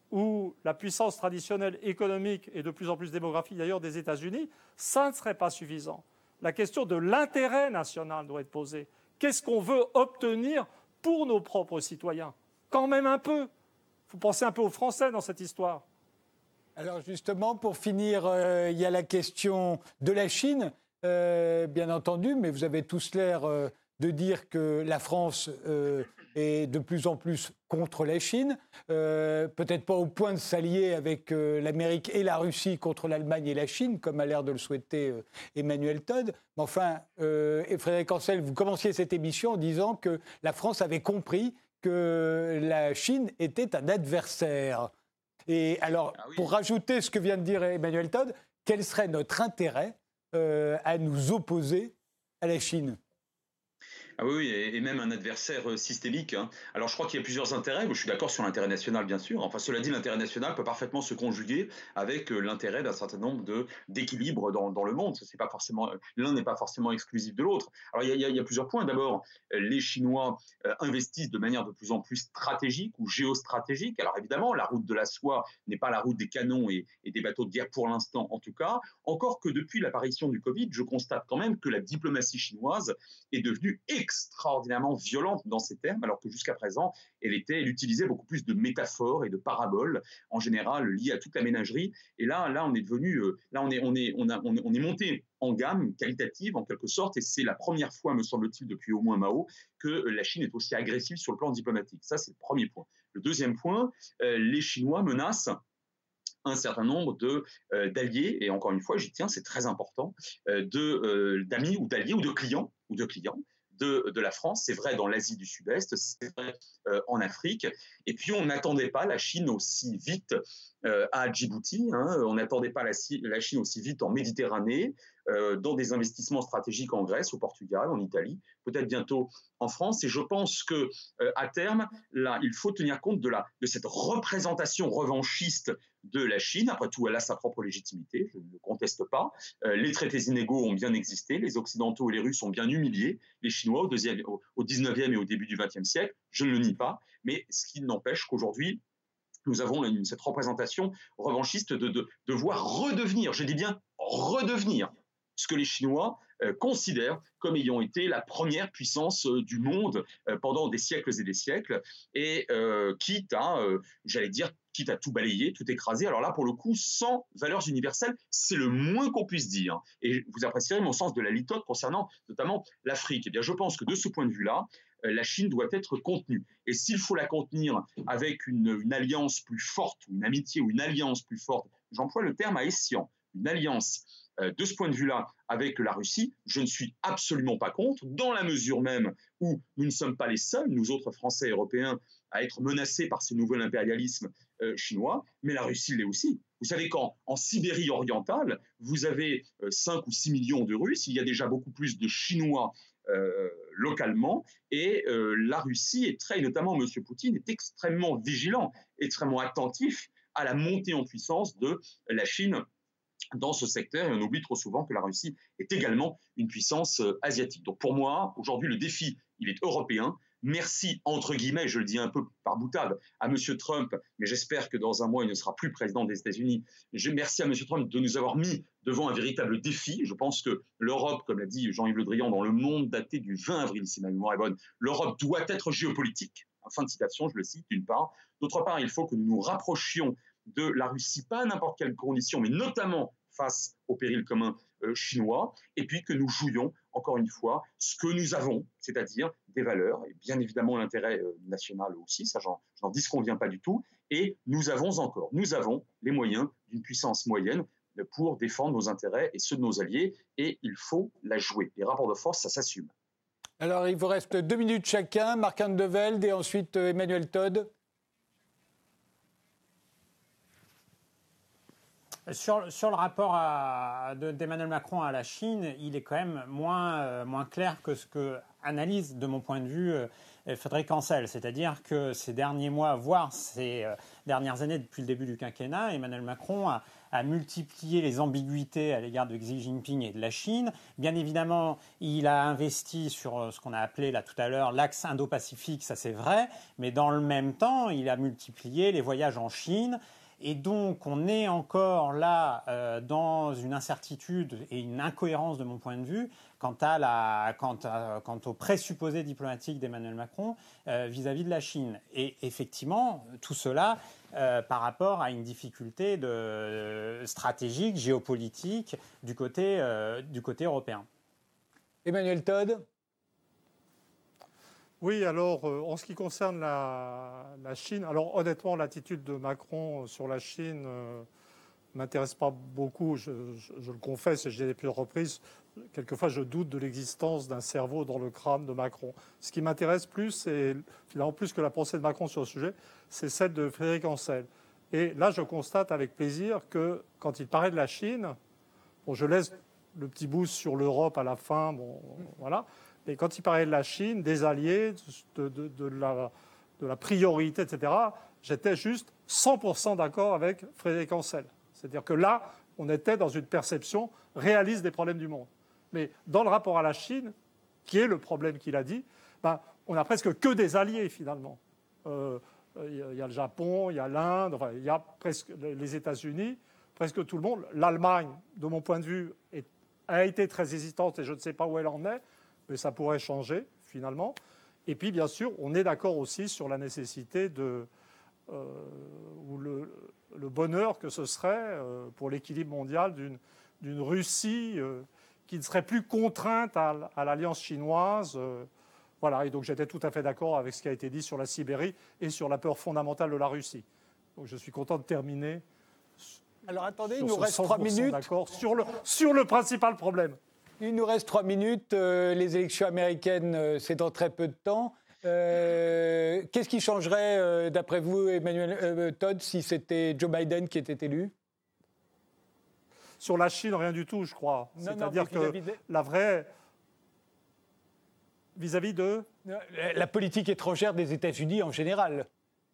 ou la puissance traditionnelle économique et de plus en plus démographique d'ailleurs des États-Unis, ça ne serait pas suffisant. La question de l'intérêt national doit être posée. Qu'est-ce qu'on veut obtenir pour nos propres citoyens ? Quand même un peu. Il faut penser un peu aux Français dans cette histoire. Alors justement, pour finir, euh, il y a la question de la Chine, euh, bien entendu, mais vous avez tous l'air euh, de dire que la France euh, est de plus en plus contre la Chine, euh, peut-être pas au point de s'allier avec euh, l'Amérique et la Russie contre l'Allemagne et la Chine, comme a l'air de le souhaiter euh, Emmanuel Todd. Mais enfin, euh, et Frédéric Ancel, vous commenciez cette émission en disant que la France avait compris que la Chine était un adversaire. Et alors, ah oui. Pour rajouter ce que vient de dire Emmanuel Todd, quel serait notre intérêt euh, à nous opposer à la Chine ? Ah oui, et même un adversaire systémique. Hein. Alors je crois qu'il y a plusieurs intérêts. Je suis d'accord sur l'intérêt national, bien sûr. Enfin, cela dit, l'intérêt national peut parfaitement se conjuguer avec l'intérêt d'un certain nombre de, d'équilibres dans, dans le monde. Ça, c'est pas forcément, l'un n'est pas forcément exclusif de l'autre. Alors il y a, il y a, il y a plusieurs points. D'abord, les Chinois investissent de manière de plus en plus stratégique ou géostratégique. Alors évidemment, la route de la soie n'est pas la route des canons et, et des bateaux de guerre pour l'instant, en tout cas. Encore que depuis l'apparition du Covid, je constate quand même que la diplomatie chinoise est devenue extraordinairement violente dans ces termes, alors que jusqu'à présent, elle, était, elle utilisait beaucoup plus de métaphores et de paraboles, en général liées à toute la ménagerie. Et là, là, on est devenu, là, on est, on est, on a, on est, on est monté en gamme qualitative, en quelque sorte, et c'est la première fois, me semble-t-il, depuis au moins Mao, que la Chine est aussi agressive sur le plan diplomatique. Ça, c'est le premier point. Le deuxième point, euh, les Chinois menacent un certain nombre de, euh, d'alliés, et encore une fois, j'y tiens, c'est très important, euh, de, euh, d'amis ou d'alliés ou de clients, ou de clients, De, de la France. C'est vrai dans l'Asie du Sud-Est, c'est vrai euh, en Afrique. Et puis, on n'attendait pas la Chine aussi vite euh, à Djibouti. Hein. On n'attendait pas la, la Chine aussi vite en Méditerranée, euh, dans des investissements stratégiques en Grèce, au Portugal, en Italie, peut-être bientôt en France. Et je pense que euh, à terme, là, il faut tenir compte de, la, de cette représentation revanchiste de la Chine. Après tout, elle a sa propre légitimité, je ne le conteste pas. Euh, les traités inégaux ont bien existé, les Occidentaux et les Russes ont bien humilié les Chinois au, deuxième, au, au dix-neuvième et au début du vingtième siècle, je ne le nie pas, mais ce qui n'empêche qu'aujourd'hui, nous avons une, cette représentation revanchiste de, de, de voir redevenir, je dis bien redevenir, ce que les Chinois euh, considèrent comme ayant été la première puissance euh, du monde euh, pendant des siècles et des siècles, et euh, quitte à, euh, j'allais dire, quitte à tout balayer, tout écraser. Alors là, pour le coup, sans valeurs universelles, c'est le moins qu'on puisse dire. Et vous apprécierez mon sens de la litote concernant notamment l'Afrique. Eh bien, je pense que de ce point de vue-là, euh, la Chine doit être contenue. Et s'il faut la contenir avec une, une alliance plus forte, une amitié ou une alliance plus forte, j'emploie le terme à escient, une alliance euh, de ce point de vue-là avec la Russie, je ne suis absolument pas contre, dans la mesure même où nous ne sommes pas les seuls, nous autres Français et Européens, à être menacés par ce nouvel impérialisme euh, chinois, mais la Russie l'est aussi. Vous savez qu'en en Sibérie orientale, vous avez euh, cinq ou six millions de Russes, il y a déjà beaucoup plus de Chinois euh, localement, et euh, la Russie est très, notamment M. Poutine, est extrêmement vigilant, extrêmement attentif à la montée en puissance de la Chine dans ce secteur, et on oublie trop souvent que la Russie est également une puissance euh, asiatique. Donc pour moi, aujourd'hui, le défi, il est européen. Merci, entre guillemets, je le dis un peu par boutade, à M. Trump, mais j'espère que dans un mois, il ne sera plus président des États-Unis. Je, merci à M. Trump de nous avoir mis devant un véritable défi. Je pense que l'Europe, comme l'a dit Jean-Yves Le Drian, dans Le Monde daté du vingt avril, si ma mémoire est bonne, l'Europe doit être géopolitique. Fin de citation, je le cite, d'une part. D'autre part, il faut que nous nous rapprochions de la Russie, pas à n'importe quelle condition, mais notamment face au péril commun euh, chinois, et puis que nous jouions, encore une fois, ce que nous avons, c'est-à-dire des valeurs, et bien évidemment l'intérêt euh, national aussi, ça j'en, j'en disconviens pas du tout, et nous avons encore, nous avons les moyens d'une puissance moyenne pour défendre nos intérêts et ceux de nos alliés, et il faut la jouer. Les rapports de force, ça s'assume. Alors il vous reste deux minutes chacun, Marc-Anne Develde et ensuite euh, Emmanuel Todd. Sur, sur le rapport à, de, d'Emmanuel Macron à la Chine, il est quand même moins, euh, moins clair que ce que analyse, de mon point de vue, euh, Frédéric Ancel. C'est-à-dire que ces derniers mois, voire ces euh, dernières années, depuis le début du quinquennat, Emmanuel Macron a, a multiplié les ambiguïtés à l'égard de Xi Jinping et de la Chine. Bien évidemment, il a investi sur ce qu'on a appelé là tout à l'heure l'axe Indo-Pacifique, ça c'est vrai, mais dans le même temps, il a multiplié les voyages en Chine. Et donc, on est encore là euh, dans une incertitude et une incohérence de mon point de vue quant, à la, quant, à, quant aux présupposés diplomatiques d'Emmanuel Macron euh, vis-à-vis de la Chine. Et effectivement, tout cela euh, par rapport à une difficulté de, euh, stratégique, géopolitique du côté, euh, du côté européen. Emmanuel Todd. Oui, alors, euh, en ce qui concerne la, la Chine, alors honnêtement, l'attitude de Macron sur la Chine ne euh, m'intéresse pas beaucoup, je, je, je le confesse, et je l'ai dit à plusieurs reprises, quelquefois je doute de l'existence d'un cerveau dans le crâne de Macron. Ce qui m'intéresse plus, et finalement plus que la pensée de Macron sur le sujet, c'est celle de Frédéric Ancel. Et là, je constate avec plaisir que quand il parlait de la Chine, bon, je laisse le petit bout sur l'Europe à la fin, bon, voilà. Et quand il parlait de la Chine, des alliés, de, de, de, la, de la priorité, et cetera, j'étais juste cent pour cent d'accord avec Frédéric Ancel. C'est-à-dire que là, on était dans une perception réaliste des problèmes du monde. Mais dans le rapport à la Chine, qui est le problème qu'il a dit, ben, on n'a presque que des alliés, finalement. Euh, il y a le Japon, il y a l'Inde, enfin, il y a presque les États-Unis, presque tout le monde. L'Allemagne, de mon point de vue, est, a été très hésitante et je ne sais pas où elle en est. Mais ça pourrait changer, finalement. Et puis, bien sûr, on est d'accord aussi sur la nécessité de... Euh, ou le, le bonheur que ce serait euh, pour l'équilibre mondial d'une, d'une Russie euh, qui ne serait plus contrainte à, à l'alliance chinoise. Euh, voilà, et donc j'étais tout à fait d'accord avec ce qui a été dit sur la Sibérie et sur la peur fondamentale de la Russie. Donc je suis content de terminer. Alors attendez, il nous reste trois minutes. D'accord sur le, sur le principal problème. Il nous reste trois minutes. Euh, les élections américaines, euh, c'est dans très peu de temps. Euh, qu'est-ce qui changerait, euh, d'après vous, Emmanuel euh, Todd, si c'était Joe Biden qui était élu? Sur la Chine, rien du tout, je crois. C'est-à-dire que de... la vraie... Vis-à-vis de... La politique étrangère des États-Unis en général.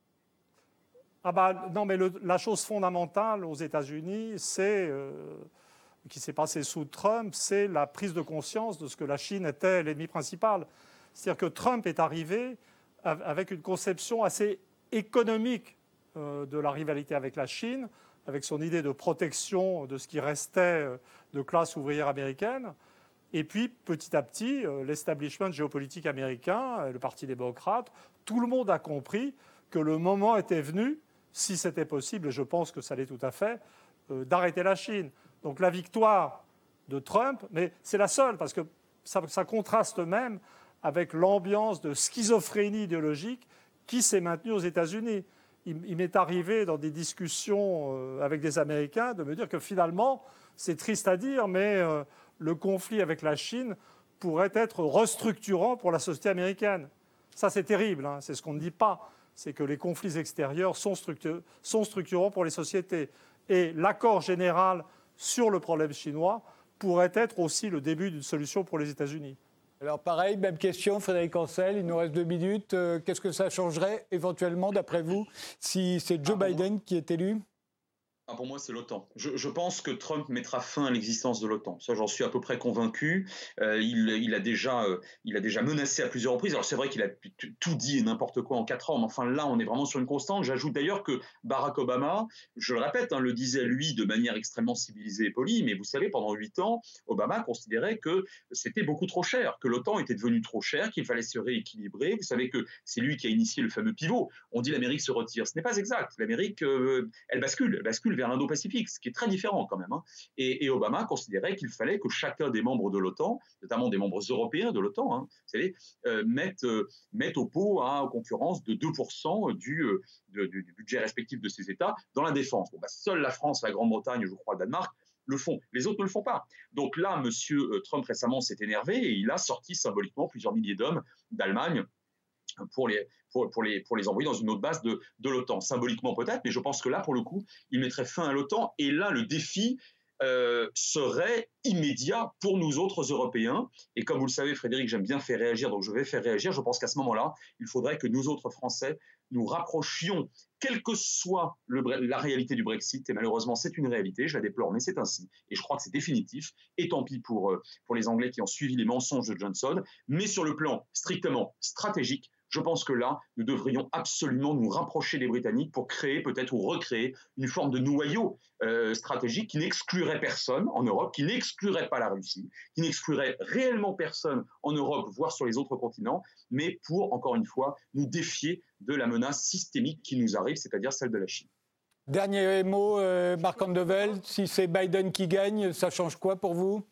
Ah bah non, mais le, la chose fondamentale aux États-Unis, c'est... Euh, qui s'est passé sous Trump, c'est la prise de conscience de ce que la Chine était l'ennemi principal. C'est-à-dire que Trump est arrivé avec une conception assez économique euh, de la rivalité avec la Chine, avec son idée de protection de ce qui restait de classe ouvrière américaine. Et puis, petit à petit, euh, l'establishment géopolitique américain, le Parti démocrate, tout le monde a compris que le moment était venu, si c'était possible, et je pense que ça l'est tout à fait, euh, d'arrêter la Chine. Donc la victoire de Trump, mais c'est la seule, parce que ça, ça contraste même avec l'ambiance de schizophrénie idéologique qui s'est maintenue aux États-Unis. Il, il m'est arrivé dans des discussions euh, avec des Américains de me dire que finalement, c'est triste à dire, mais euh, le conflit avec la Chine pourrait être restructurant pour la société américaine. Ça, c'est terrible, hein, c'est ce qu'on ne dit pas. C'est que les conflits extérieurs sont, structur- sont structurants pour les sociétés. Et l'accord général sur le problème chinois pourrait être aussi le début d'une solution pour les États-Unis. Alors pareil, même question, Frédéric Ancel, il nous reste deux minutes. Euh, qu'est-ce que ça changerait éventuellement, d'après vous, si c'est Joe ah, Biden bon. qui est élu? Ah, pour moi, c'est l'OTAN. Je, je pense que Trump mettra fin à l'existence de l'OTAN. Ça, j'en suis à peu près convaincu. Euh, il, il, a déjà, euh, il a déjà menacé à plusieurs reprises. Alors, c'est vrai qu'il a tout dit et n'importe quoi en quatre ans, mais enfin, là, on est vraiment sur une constante. J'ajoute d'ailleurs que Barack Obama, je le répète, hein, le disait lui de manière extrêmement civilisée et polie, mais vous savez, pendant huit ans, Obama considérait que c'était beaucoup trop cher, que l'OTAN était devenu trop cher, qu'il fallait se rééquilibrer. Vous savez que c'est lui qui a initié le fameux pivot. On dit l'Amérique se retire. Ce n'est pas exact. L'Amérique, euh, elle bascule, elle bascule vers l'Indo-Pacifique, ce qui est très différent quand même. Hein. Et, et Obama considérait qu'il fallait que chacun des membres de l'OTAN, notamment des membres européens de l'OTAN, hein, vous savez, euh, mette, euh, mette au pot à hein, concurrence de deux pour cent du, euh, de, du, du budget respectif de ces États dans la défense. Bon, bah, seule la France, la Grande-Bretagne, je crois, le Danemark, le font. Les autres ne le font pas. Donc là, M. Trump récemment s'est énervé et il a sorti symboliquement plusieurs milliers d'hommes d'Allemagne pour les, pour, pour, les, pour les envoyer dans une autre base de, de l'OTAN. Symboliquement peut-être, mais je pense que là, pour le coup, il mettrait fin à l'OTAN. Et là, le défi euh, serait immédiat pour nous autres Européens. Et comme vous le savez, Frédéric, j'aime bien faire réagir, donc je vais faire réagir. Je pense qu'à ce moment-là, il faudrait que nous autres Français nous rapprochions, quelle que soit le, la réalité du Brexit, et malheureusement c'est une réalité, je la déplore, mais c'est ainsi, et je crois que c'est définitif, et tant pis pour, pour les Anglais qui ont suivi les mensonges de Johnson, mais sur le plan strictement stratégique, je pense que là, nous devrions absolument nous rapprocher des Britanniques pour créer peut-être ou recréer une forme de noyau euh, stratégique qui n'exclurait personne en Europe, qui n'exclurait pas la Russie, qui n'exclurait réellement personne en Europe, voire sur les autres continents, mais pour, encore une fois, nous défier de la menace systémique qui nous arrive, c'est-à-dire celle de la Chine. Dernier mot, euh, Marc Andevelde, si c'est Biden qui gagne, ça change quoi pour vous?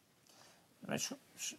je, je...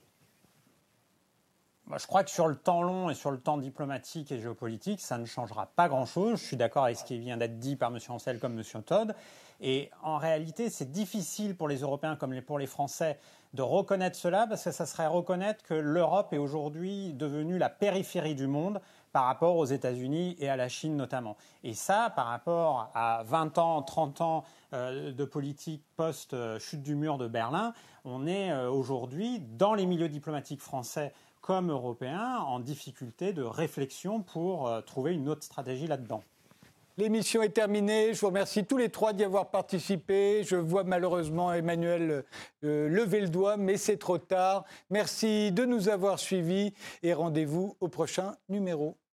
Je crois que sur le temps long et sur le temps diplomatique et géopolitique, ça ne changera pas grand-chose. Je suis d'accord avec ce qui vient d'être dit par M. Ancel comme M. Todd. Et en réalité, c'est difficile pour les Européens comme pour les Français de reconnaître cela parce que ça serait reconnaître que l'Europe est aujourd'hui devenue la périphérie du monde par rapport aux États-Unis et à la Chine notamment. Et ça, par rapport à vingt ans, trente ans euh, de politique post-chute du mur de Berlin, on est euh, aujourd'hui, dans les milieux diplomatiques français comme européens, en difficulté de réflexion pour euh, trouver une autre stratégie là-dedans. L'émission est terminée. Je vous remercie tous les trois d'y avoir participé. Je vois malheureusement Emmanuel euh, lever le doigt, mais c'est trop tard. Merci de nous avoir suivis et rendez-vous au prochain numéro.